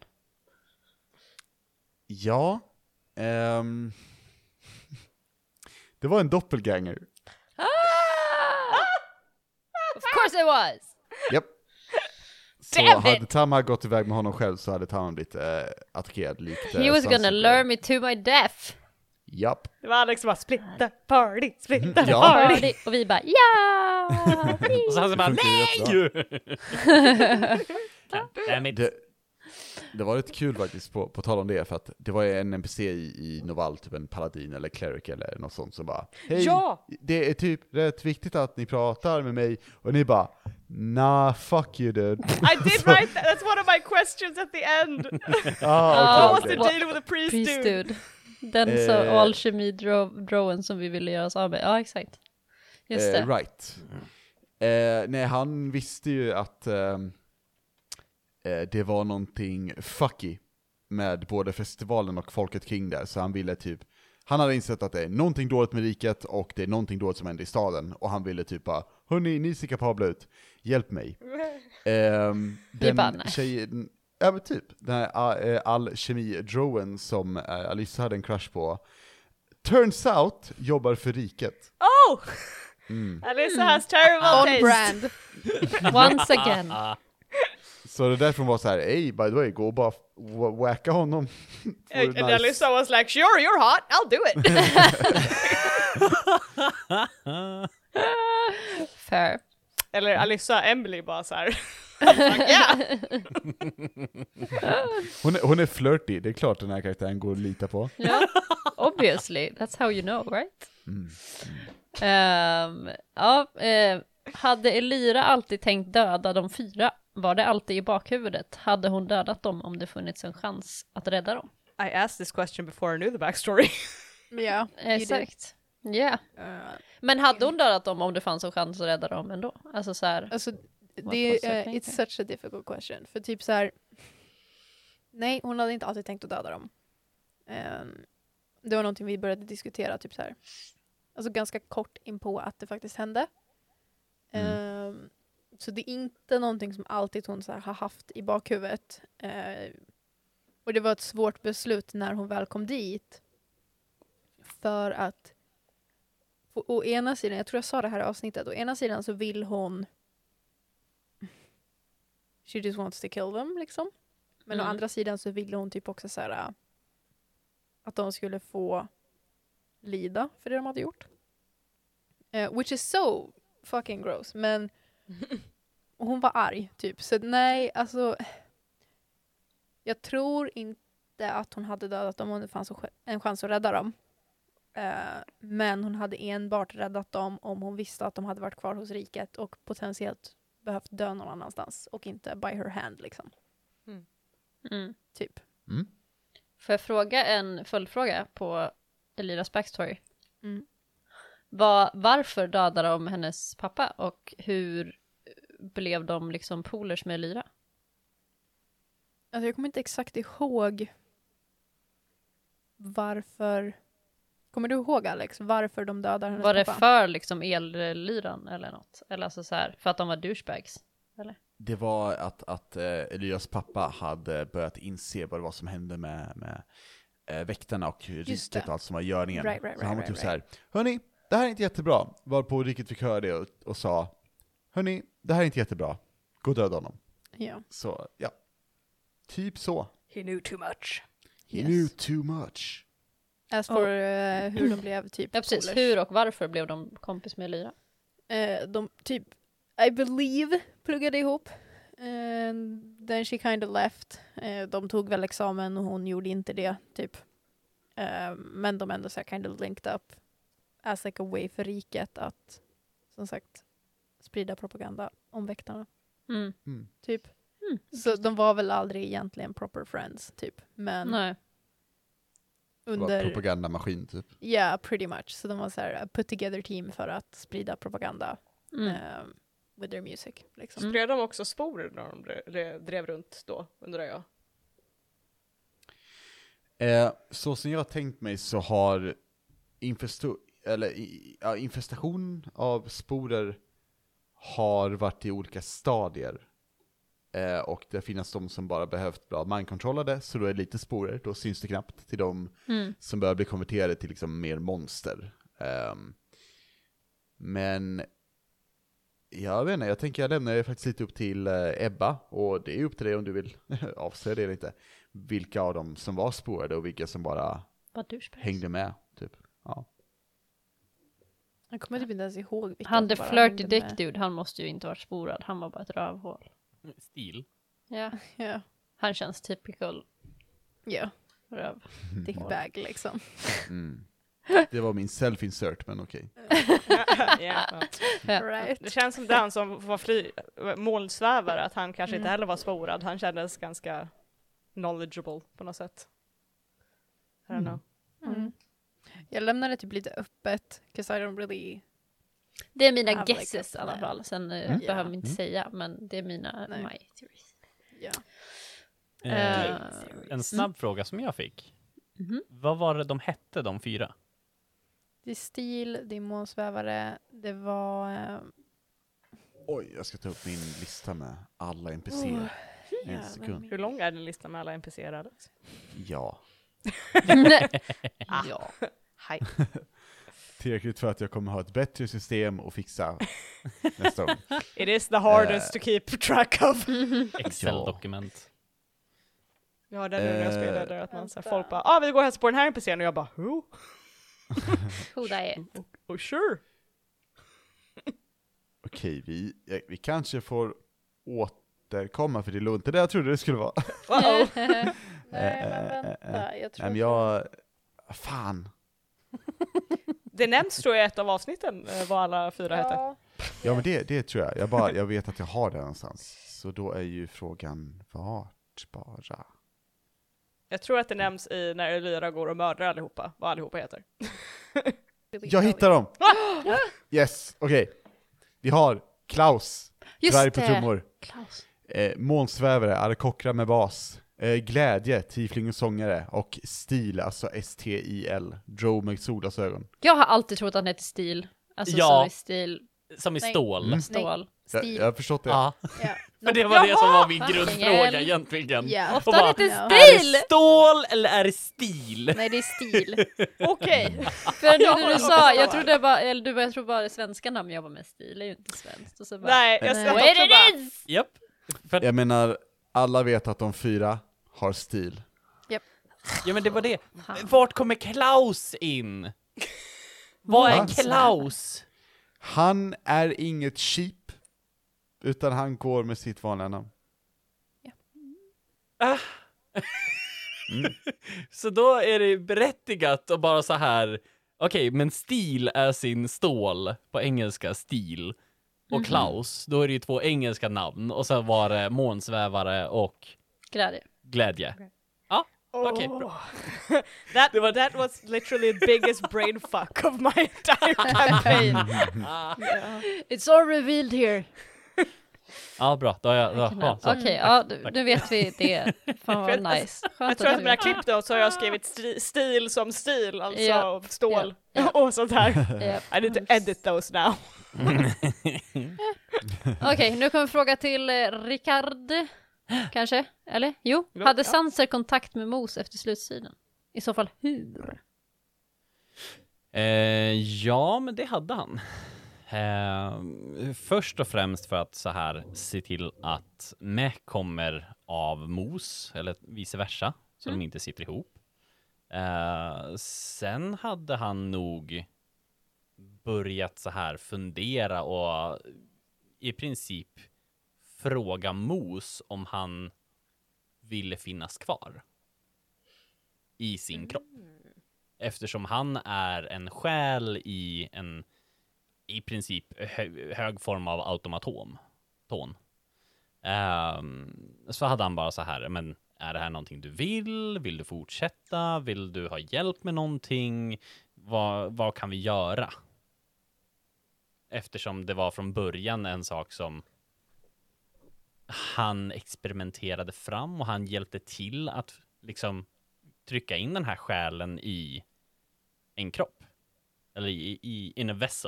Ja. ehm, det var en doppelganger. Of course it was! Japp. Så Damn it! hade Tama gått iväg med honom själv så hade Tama blivit eh, attackerad likt He was gonna lure me to my death. Japp. Det var Alex som bara splitta party, splitta Ja. party. Party. Och vi bara, ja! Och så han så bara, Det funkar ju nej! Damn it. Det, det var lite kul faktiskt på, på tal om det, för att det var en N P C i, i Noval, typ en paladin eller cleric eller något sånt som bara hej, Ja! det är typ rätt viktigt att ni pratar med mig, och ni bara nah, fuck you dude. I did write that, that's one of my questions at the end. ah, What was okay, the okay. deal with the priest, Priest dude? dude. Den Eh. så alkemi-drowen som vi ville göra oss av med. Ja, exakt. Just det. Eh, right. Eh, nej, han visste ju att ehm, eh, det var någonting fucky med både festivalen och folket kring där, så han ville typ, han hade insett att det är någonting dåligt med riket och det är någonting dåligt som händer i staden, och han ville typ bara, hörni, ni ser kapabla ut, hjälp mig. Ehm, Vi bara, den nej. tjejen, ja men typ, den här uh, alkemi-drowen som uh, Alyssa hade en crush på, turns out jobbar för riket. Oh! Mm. Alyssa has terrible On taste. brand. Once again. Ah, Så det därför var så här, hey, by the way, gå och bara w- wacka honom. Får And, det and nice. Alyssa was like, sure, you're hot, I'll do it. Fair. Eller Alyssa, Emily bara så här. Like, yeah. Hon är, hon är flirty, det är klart den här karaktären går att lita på. Ja, obviously. That's how you know, right? Mm. Ehm, ja, eh, hade Elira alltid tänkt döda de fyra? Var det alltid i bakhuvudet? Hade hon dödat dem om det funnits en chans att rädda dem? I asked this question before I knew the backstory. Ja, Exakt. Ja. Yeah. Uh, Men hade hon dödat dem om det fanns en chans att rädda dem ändå? Alltså så här. alltså, was det, your uh, thinking? it's such a difficult question. För typ så här. Nej, hon hade inte alltid tänkt att döda dem. Ehm, det var någonting vi började diskutera typ så här. Alltså ganska kort in på att det faktiskt hände. Mm. Ehm, så det är inte någonting som alltid hon så här har haft i bakhuvudet. Ehm, och det var ett svårt beslut när hon väl kom dit. För att å, å ena sidan, jag tror jag sa det här i avsnittet, å ena sidan så vill hon she just wants to kill them liksom. Men Mm. å andra sidan så ville hon typ också så här äh, att de skulle få lida för det de hade gjort. Uh, which is so fucking gross. Men hon var arg typ. Så nej, alltså jag tror inte att hon hade dödat dem om det fanns en chans att rädda dem. Uh, men hon hade enbart räddat dem om hon visste att de hade varit kvar hos riket och potentiellt behövt dö någon annanstans och inte by her hand liksom. Mm. Typ. Mm. Får jag fråga en följdfråga på Eliras backstory? Mm. Var, varför dödade de hennes pappa och hur blev de liksom polers med Lyra? Alltså jag kommer inte exakt ihåg varför... Kommer du ihåg, Alex, varför de dödade hennes Var det pappa? för liksom ellyran eller något? Eller alltså så här, för att de var douchebags? Eller? Det var att, att eh, Elias pappa hade börjat inse vad det var som hände med, med eh, väktarna och riket det. och allt som var görningen. Right, right, så han var right, typ right, så här: hörni, det här är inte jättebra. Varpå riket fick höra det och, och sa: hörni, det här är inte jättebra. Gå och döda honom. Ja. Så, ja. Typ så. He knew too much. He Yes. knew too much. As for eh, hur de blev typ Ja, precis. polers. Hur och varför blev de kompis med Lyra? Eh, de typ, I believe, pluggade ihop. And then she kind of left. Eh, de tog väl examen och hon gjorde inte det, typ. Eh, men de ändå så här kind of linked up as like a way för riket att, som sagt, sprida propaganda om väktarna, Mm. Mm. typ. Mm. Så de var väl aldrig egentligen proper friends, typ. Men Nej. Det var under... propagandamaskin typ. Ja, yeah, pretty much. Så de var så här a put together team för att sprida propaganda Mm. um, with their music, liksom. Mm. Spred de också sporer när de drev, drev runt då, undrar jag? Eh, så som jag har tänkt mig så har infesto- eller, i, ja, infestation av sporer har varit i olika stadier. Eh, och det finns de som bara behövt bra mindcontrollade, så då är det lite sporer, då syns det knappt, till de Mm. som börjar bli konverterade till liksom mer monster. Um, men jag vet inte, jag tänker jag lämnar det faktiskt lite upp till uh, Ebba, och det är upp till dig om du vill avslöja det eller inte. Vilka av dem som var spårade och vilka som bara Vad douchebags. hängde med, typ. Ja. Jag kommer typ inte ens ihåg vilka Han som the bara flirty hängde dick med. dude, han måste ju inte vara sporad. Han var bara ett rövhål. Stil. Ja. Ja, Han känns typical ja. röv. Dickbag liksom. Mm. Det var min self-insert, men okej. Ja, ja. Ja. Right. Det känns som den som var fly- molnsvävare, att han kanske Mm. inte heller var sporad. Han kändes ganska knowledgeable på något sätt. I don't know. Mm. Jag lämnar det typ lite öppet, 'cause I don't really... Det är mina Have like guesses a i alla plan. fall. Sen eh, Mm. behöver vi inte Mm. säga, men det är mina Nej. my theories. Ja. Eh, Eh, en snabb fråga som jag fick. Mhm. Vad var det de hette, de fyra? Det är stil, det är månsvävare, det var... Eh, Oj, jag ska ta upp min lista med alla N P C. Oh, En jävlar sekund. Hur lång är din lista med alla N P C-er, Alex? Ja. ja. Hej. Tillräckligt för att jag kommer ha ett bättre system att fixa nästa gång. It is the hardest to keep track of. Excel-dokument. Ja, den nu när jag Eh, spelade, att man så här, vänta. folk bara, ah vi går och hälsar på den här N P C:n, och jag bara, who? Who that is. Oh sure. Okej, vi, ja, vi kanske får återkomma, för det låg inte det jag trodde det skulle vara. Uh-oh. Nej, Eh, men eh, vänta. Jag tror Nej, men att- jag... Fan. Det nämns tror jag i ett av avsnitten eh, vad alla fyra hette. Ja. Ja, men det, det tror jag. Jag, bara, jag vet att jag har det någonstans. Så då är ju frågan vart bara. Jag tror att det nämns i när Elyra går och mördar allihopa, vad allihopa heter. Jag hittar dem! Yes, okej. Vi har Klaus, dvärg Just på det. trummor. Klaus. Eh, Månsvävare, Arkokra med bas. Eh, glädje, Tiefling och sångare. Och Stil, alltså S T I L. Drow med solglasögon. Jag har alltid trott att han heter Stil. Alltså Ja. som i stil, Som i Nej. stål. Mm. stål. Jag, Stil. jag har förstått det. Ja, Ja. men det var det som var min Jaha! grundfråga Ingen. egentligen. Ja. Ofta Och bara, han heter Ja. Är Stil! det stål eller är det stil? Nej, det är stil. Okej. För nu Ja, när du jag sa, förstår. jag trodde bara, eller du, jag tror bara det svenska namn jobbar med stil, är ju inte svenskt. Och så bara, Nej, jag Nej. satt Where också it bara, is! Japp. För, Jag menar, alla vet att de fyra har stil. ja men det var det. Fan. Vart kommer Klaus in? Vad är Månsvävare. Klaus? Han är inget sheep, utan han går med sitt vanliga namn. Ah. Mm. Så då är det berättigat att bara så här. Okej, men stil är sin stål på engelska, stil. Och Mhm. Klaus, då är det ju två engelska namn. Och sen var det månsvävare och Glädje. glädje. Oh. Okej, bra. that, that was literally the biggest brain fuck of my entire campaign. Yeah. It's all revealed here. Ja, bra. Då har jag... Då, ja, så. Okej, ja, nu vet vi det. Fan vad nice. Jag Skönt tror att att i mina du... klipp då så har jag skrivit sti- stil som stil, alltså Ja. stål Ja. och sånt här. Yep. I need to edit those now. Okej, nu kommer en fråga till eh, Rickard. Kanske? Eller? Jo. Jo, Hade ja. Sanser kontakt med Mos efter slutstriden? I så fall hur? Eh, ja, men det hade han. Eh, först och främst för att så här se till att Meh kommer av Mos, eller vice versa, så Mm. de inte sitter ihop. Eh, sen hade han nog börjat så här fundera och i princip fråga Mos om han ville finnas kvar i sin kropp. Eftersom han är en själ i en i princip hö- hög form av automatom. Ton. Um, så hade han bara så här, men är det här någonting du vill? Vill du fortsätta? Vill du ha hjälp med någonting? Vad, vad kan vi göra? Eftersom det var från början en sak som han experimenterade fram och han hjälpte till att liksom trycka in den här själen i en kropp. Eller i, i in a vessel.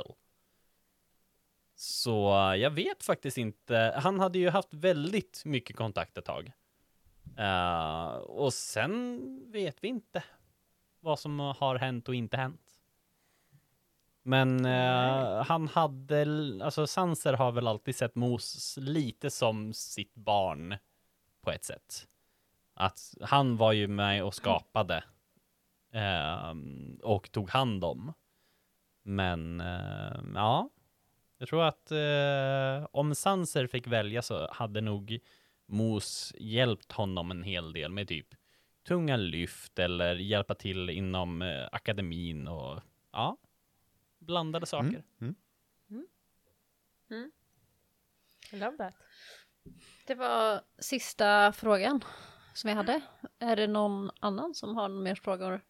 Så jag vet faktiskt inte. Han hade ju haft väldigt mycket kontakt ett tag. Uh, och sen vet vi inte vad som har hänt och inte hänt. Men uh, han hade, alltså Sanser har väl alltid sett Mos lite som sitt barn på ett sätt. Att han var ju med och skapade uh, och tog hand om. Men uh, ja, jag tror att uh, om Sanser fick välja så hade nog Mos hjälpt honom en hel del med typ tunga lyft eller hjälpa till inom uh, akademin och ja, blandade saker. Mm. Mm. Mm. I love that. Det var sista frågan som jag hade. Är det någon annan som har mer frågor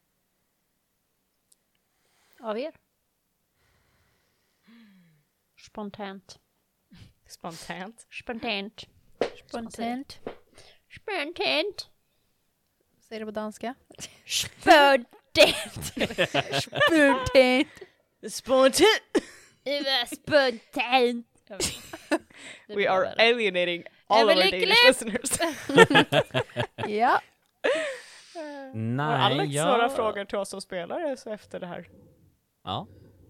av er? Spontant. Spontant. Spontant. Spontant. Spontant. Säger det på danska. Spontant. Spontant. Spontant. Det var spontant. We are alienating all of our Emily Danish listeners. Ja. Nej, Har Alex jag... några frågor till oss som spelare så efter det här? Ja.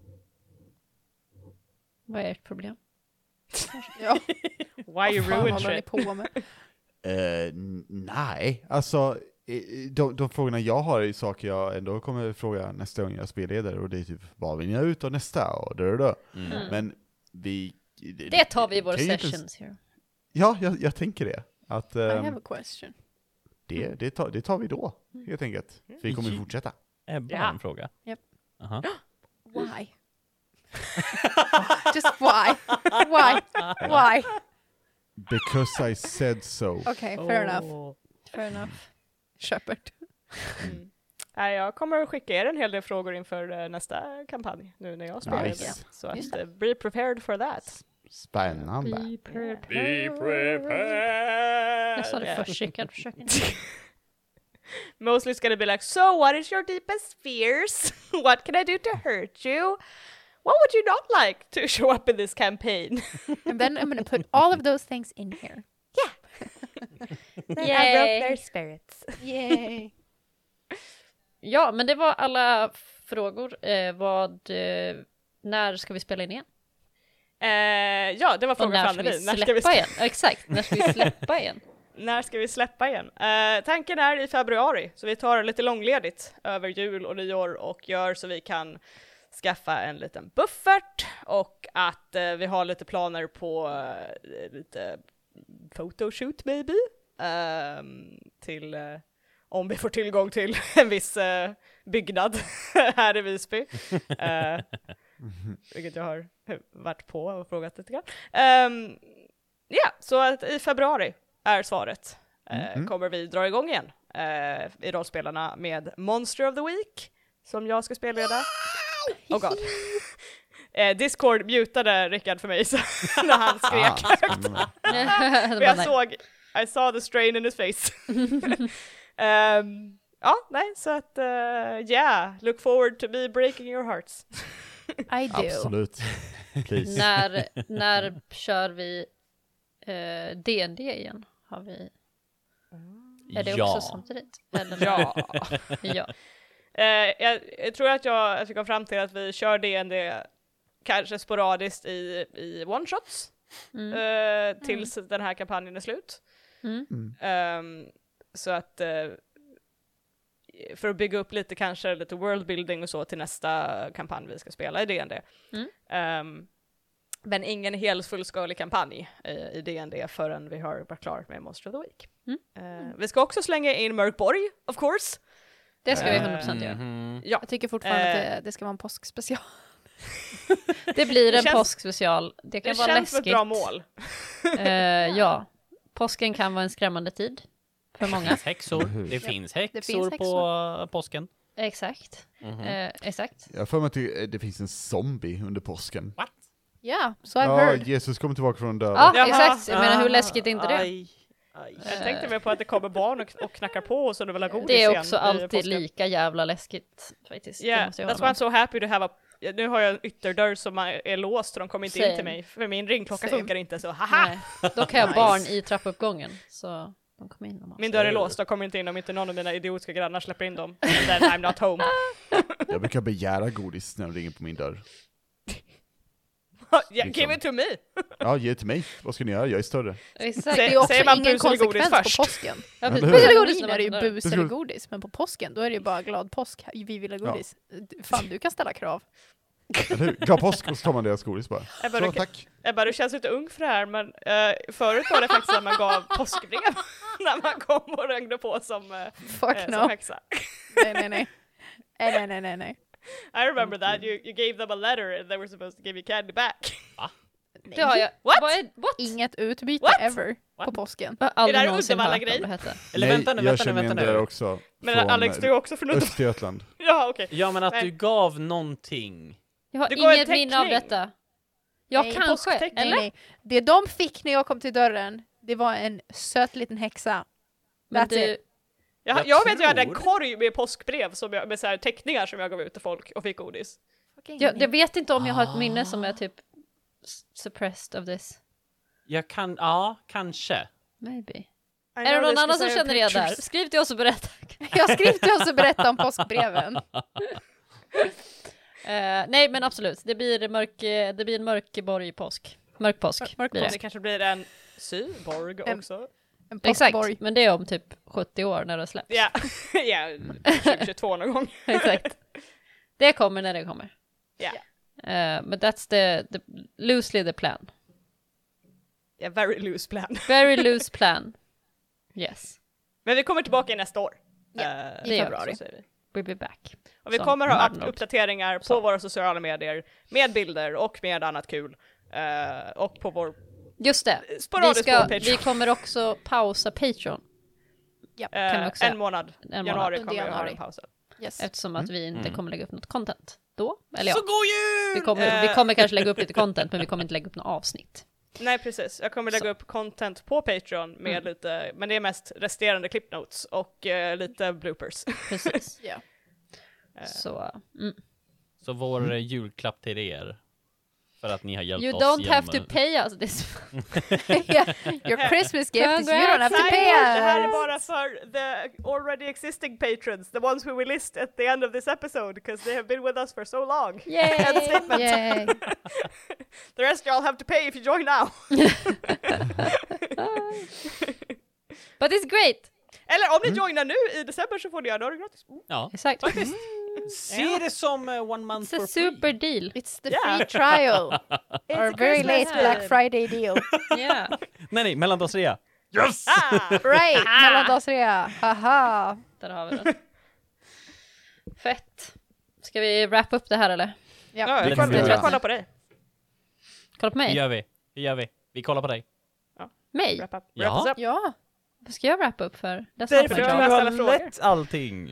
Vad är ert problem? Ja. Why you Vad fan ruin håller ni shit? på med? Eh, n- nej, alltså eh, de, de frågorna jag har är saker jag ändå kommer fråga nästa gång jag spelleder, och det är typ, vad vill jag ut av nästa? Och där, där. Mm. Mm. Men vi... Det tar vi i våra kan ju inte- sessions här. Ja, jag, jag tänker det. Att I ehm, have a question. det, det, tar, det tar vi då, helt enkelt. För vi kommer ju fortsätta. Ebba Ja. har en fråga. Japp. Aha. Why? Just why? Why? Why? Because I said so. Okay, fair enough. Oh. Fair enough. Köpert. Mm. Nej, jag kommer att skicka er en hel del frågor inför eh, nästa kampanj nu när jag spelar. Nice. det. Så Just att, eh, be prepared for that. Spännande. Be prepared. Be prepared. Jag sa det Yeah. först, Rickard. Försök inte. Mostly it's gonna be like, so what is your deepest fears? What can I do to hurt you? What would you not like to show up in this campaign? And then I'm gonna put all of those things in here. Then Yay. I broke their spirits. Yay. Ja, men det var alla frågor. Eh, vad, eh, när ska vi spela in igen? Eh, ja, det var Och frågan när för ska vi Anneli. När släppa ska vi, slä- igen? Ja, exakt, när ska vi släppa igen? när ska vi släppa igen? Eh, tanken är i februari, så vi tar lite långledigt över jul och nyår och gör så vi kan skaffa en liten buffert och att eh, vi har lite planer på eh, lite photoshoot maybe ehm, till eh, om vi får tillgång till en viss eh, byggnad här i Visby. Eh, vilket jag har varit på och frågat lite grann. Um, ja, så att i februari är svaret. Eh, Mhm. kommer vi dra igång igen uh, i rollspelarna med Monster of the Week, som jag ska spelleda. Oh god. uh, Discord mutade Rickard för mig så, när han skrek Ah, högt. spännande. Och jag såg, I saw the strain in his face. um, ja, nej, så att, uh, yeah, look forward to me breaking your hearts. I do. Absolut. Please. när, när kör vi uh, D and D igen? Har vi... Är det ja. också samtidigt? Eller? Ja. ja. Uh, jag, jag tror att jag, att vi kom fram till att vi kör D and D kanske sporadiskt i, i one-shots Mm. uh, tills mm. den här kampanjen är slut. Mm. Mm. Um, så att uh, för att bygga upp lite kanske lite worldbuilding och så till nästa kampanj vi ska spela i D and D. Mm. Um, men ingen hel fullskalig kampanj i, i D and D förrän vi har varit klar med Monster of the Week. Mm. Uh, vi ska också slänga in Mörkborg, of course. Det ska vi Uh, hundra procent göra. Mhm. Ja. Jag tycker fortfarande Eh. att det, det ska vara en påskspecial. Det blir Det en känns- påskspecial. Det kan Det vara känns som ett läskigt. bra mål. Eh, ja. Påsken kan vara en skrämmande tid för Det många. finns häxor. Eller hur? Det finns häxor, Det finns på påsken. Exakt. Mhm. Eh, exakt. Jag har för mig att det, det finns en zombie under påsken. What? Ja, så I've Ja, heard. Jesus kommer tillbaka från döden. Ja, Jaha. exakt. Jag menar, hur Ah, läskigt är inte det? aj, aj. Jag Eh. tänkte mer på att det kommer barn och, och knackar på och så du vill ha godis Det är igen också i alltid påsken. lika jävla läskigt faktiskt. Det Yeah, måste jag that's why hålla I'm so happy to have a... Nu har jag en ytterdörr som är låst så de kommer inte in Same. till mig. För min ringklocka Same. funkar inte så med. haha! Nej. Då kan jag Nice. barn i trappuppgången. Så de kommer in om Min dörr är låst, de kommer inte in om inte någon av mina idiotiska grannar släpper in dem. And then I'm not home. Jag brukar begära godis när de ringer på min dörr. Yeah, Liksom. give it to me! Ja, ge det till mig. Vad ska ni göra? Jag är större. Exakt. Sä- Det är också Säger man ingen bus eller godis konsekvens först? på påsken. Ja, Eller precis. hur? Bus eller På godis Halloween är det ju när man- bus Det eller skulle- godis, men på påsken då är det ju bara glad påsk, vi vill ha Ja. godis. Fan, du kan ställa krav. Eller hur? Glad påsk och så tar man deras godis bara. Jag bara, Så, du, tack. jag bara, du känns lite ung för det här, men uh, förut var det faktiskt när man gav påskbrev. När man kom och rängde på som, uh, Fuck eh, no. som häxa. Nej, nej, nej. Nej, nej, nej, nej, nej. I remember that, you, you gave them a letter and they were supposed to give you candy back. Det har jag. What? Vad är, what? Inget utbyte What? ever What? på påsken. Jag har Är aldrig det här någonsin hört Uddevalla-grej? om det hette. Eller Nej, vänta nu, jag vänta nu, känner vänta igen det där nu. också. Men från Alex, du är också från Uddevalla. Östergötland. Ja, okej. Ja, men att Nej. du gav någonting. Jag har Det går en inget minne av teckning. detta. Ja, Nej, kanske. påskteckning. Nej, Eller? nej. Det de fick när jag kom till dörren, det var en söt liten häxa. Men That's du, it. Jag, Jag jag vet att jag hade en tror- korg med påskbrev som jag, med så här teckningar som jag gav ut till folk och fick godis. Fucking jag, jag vet inte om jag har ett Ah. minne som är typ s- suppressed of this. Jag kan, ja, kanske. Maybe. I Är know det någon this annan 'cause som I have känner igen där? pictures. Skriv till oss och berätta. Jag skrev till oss och berättade om påskbreven. Eh, nej, men absolut. Det blir, mörk, eh, det blir en mörkborg påsk. Mörk påsk. Mör- mörk blir Det det. kanske blir en syborg En- också. En Exakt, påskborg. men det är om typ sjuttio år när det släpps. Ja, ja, tjugohundratjugotvå någon gång. Exakt. Det kommer när det kommer. Ja, Uh, but that's the, the loosely the plan. yeah, very loose plan. Very loose plan. Yes. Men vi kommer tillbaka i nästa år. Ja, Eh, i det gör februari. så säger vi. We'll be back. Och vi Som kommer ha upp- Martin uppdateringar på Så. våra sociala medier med bilder och med annat kul. Eh, och på vår Just det. Vi, sporadiskt ska, på Patreon. vi kommer också pausa Patreon. Ja, Eh, kan vi också säga. en månad. En månad. Januari Under kommer vi ha januari. den pausen. yes. Eftersom att vi inte Mm. kommer lägga upp något content då. Eller ja, Så god jul! vi kommer, vi Eh. kommer kanske lägga upp lite content, men vi kommer inte lägga upp något avsnitt. Nej precis, jag kommer lägga Så. upp content på Patreon med Mm. lite, men det är mest resterande clip notes och eh, lite bloopers. Precis. Ja. Eh, Så, mm. Så vår eh, julklapp till er. För att ni har hjälpt You oss don't genom, have to eh, pay us this. Yeah. Your Christmas gift is you don't have to Nej, pay det här är us. bara för the already existing patrons, the ones we will list at the end of this episode, because they have been with us for so long. End statement. Yay. The rest y'all have to pay if you join now. But it's great! Eller om ni Mm. joinar nu i december så får ni göra det gratis. Ja, Exakt. faktiskt. Se det som eh, one month It's a for super free. deal. It's the Yeah. free trial. Our a very Christmas late Black time. Friday deal. Yeah. Nej, nej, mellandagsrea. Yes! Ah! Right, mellandagsrea. Haha. Där har vi den. Fett. Ska vi wrap upp det här eller? Ja, Ja. jag Det kan vi kollar, göra. jag kollar på dig. Kolla på Det mig. gör vi. Det gör vi. Vi kollar på dig. Mig? Wrap up. Ja. Wrap us up. Ja. Vad ska jag wrappa upp för? Det Därför för du jag har har ställa frågor. lätt allting. Uh,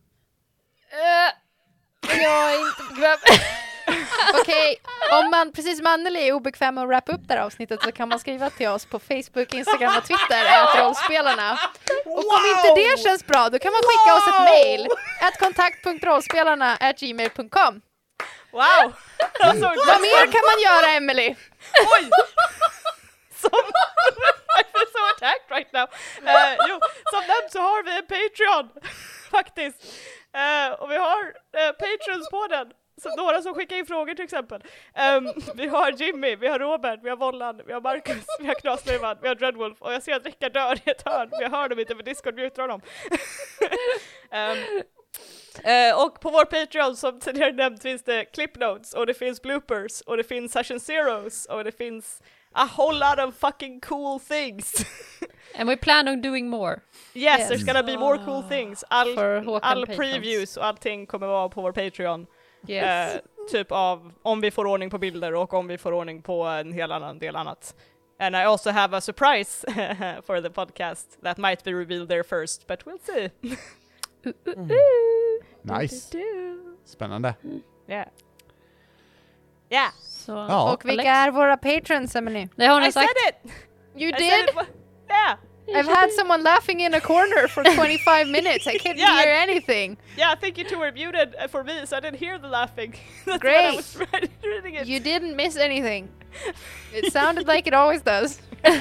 jag är inte bekväm. Okej, om man precis som Anneli är obekväm att wrappa upp det här avsnittet så kan man skriva till oss på Facebook, Instagram och Twitter att rollspelarna. Och om inte det känns bra, då kan man skicka oss ett mail at kontakt punkt rollspelarna at gmail punkt com. Wow! Vad mer kan man göra, Emily? Oj! Som... I feel so attacked right now. Uh, jo, som nämnt så har vi en Patreon. Faktiskt. Uh, och vi har uh, Patrons på den. Så några som skickar in frågor till exempel. Um, vi har Jimmy, vi har Robert, vi har Vollan, vi har Marcus, vi har Knaslöjman, vi har Dreadwolf. Och jag ser att Rickard dör i ett hörn. Jag hör dem inte för Discord mutar honom. um, Uh, och på vår Patreon som tidigare nämnt finns det clip notes och det finns bloopers och det finns session zeros och det finns a whole lot of fucking cool things. And we plan on doing more. Yes, Yes. there's gonna be more cool things. All, For Håkan all patrons. previews och allting kommer vara på vår Patreon. Yes. Uh, typ av om vi får ordning på bilder och om vi får ordning på en hel annan del annat. And I also have a surprise for the podcast that might be revealed there first, but we'll see. Mm. Nice. Spännande. Yeah. Yeah. Så, Ja. Och vilka Alex? är våra patrons, Emily? Det har I ni said sagt. it! You I said did? it wa- yeah. I've had someone laughing in a corner for twenty-five minutes. I can't Yeah, hear I- anything. Yeah, I think you two were muted uh, for me, so I didn't hear the laughing. That's Great. when I was read- reading it. You didn't miss anything. It sounded like it always does.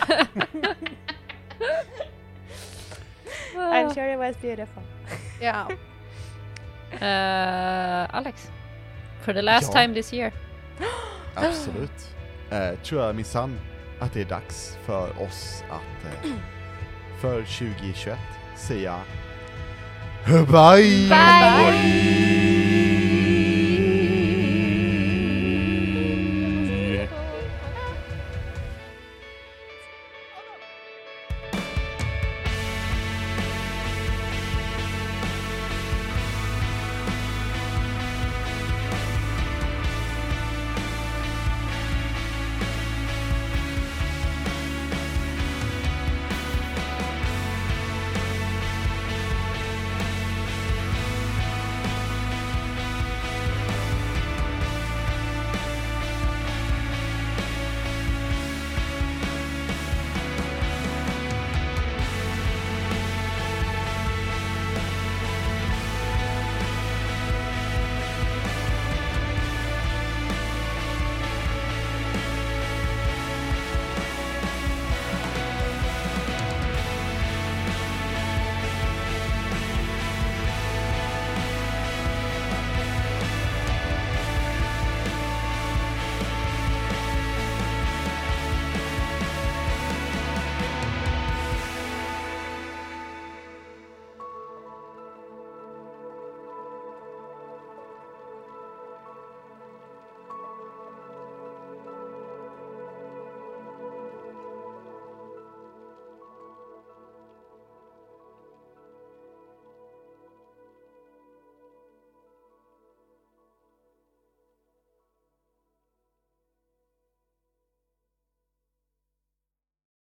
I'm sure it was beautiful. Yeah. Uh, Alex. For the last Ja. time this year. Absolut. Eh, tror jag minsann att det är dags för oss att eh, för tjugo tjugoett säga bye! Bye!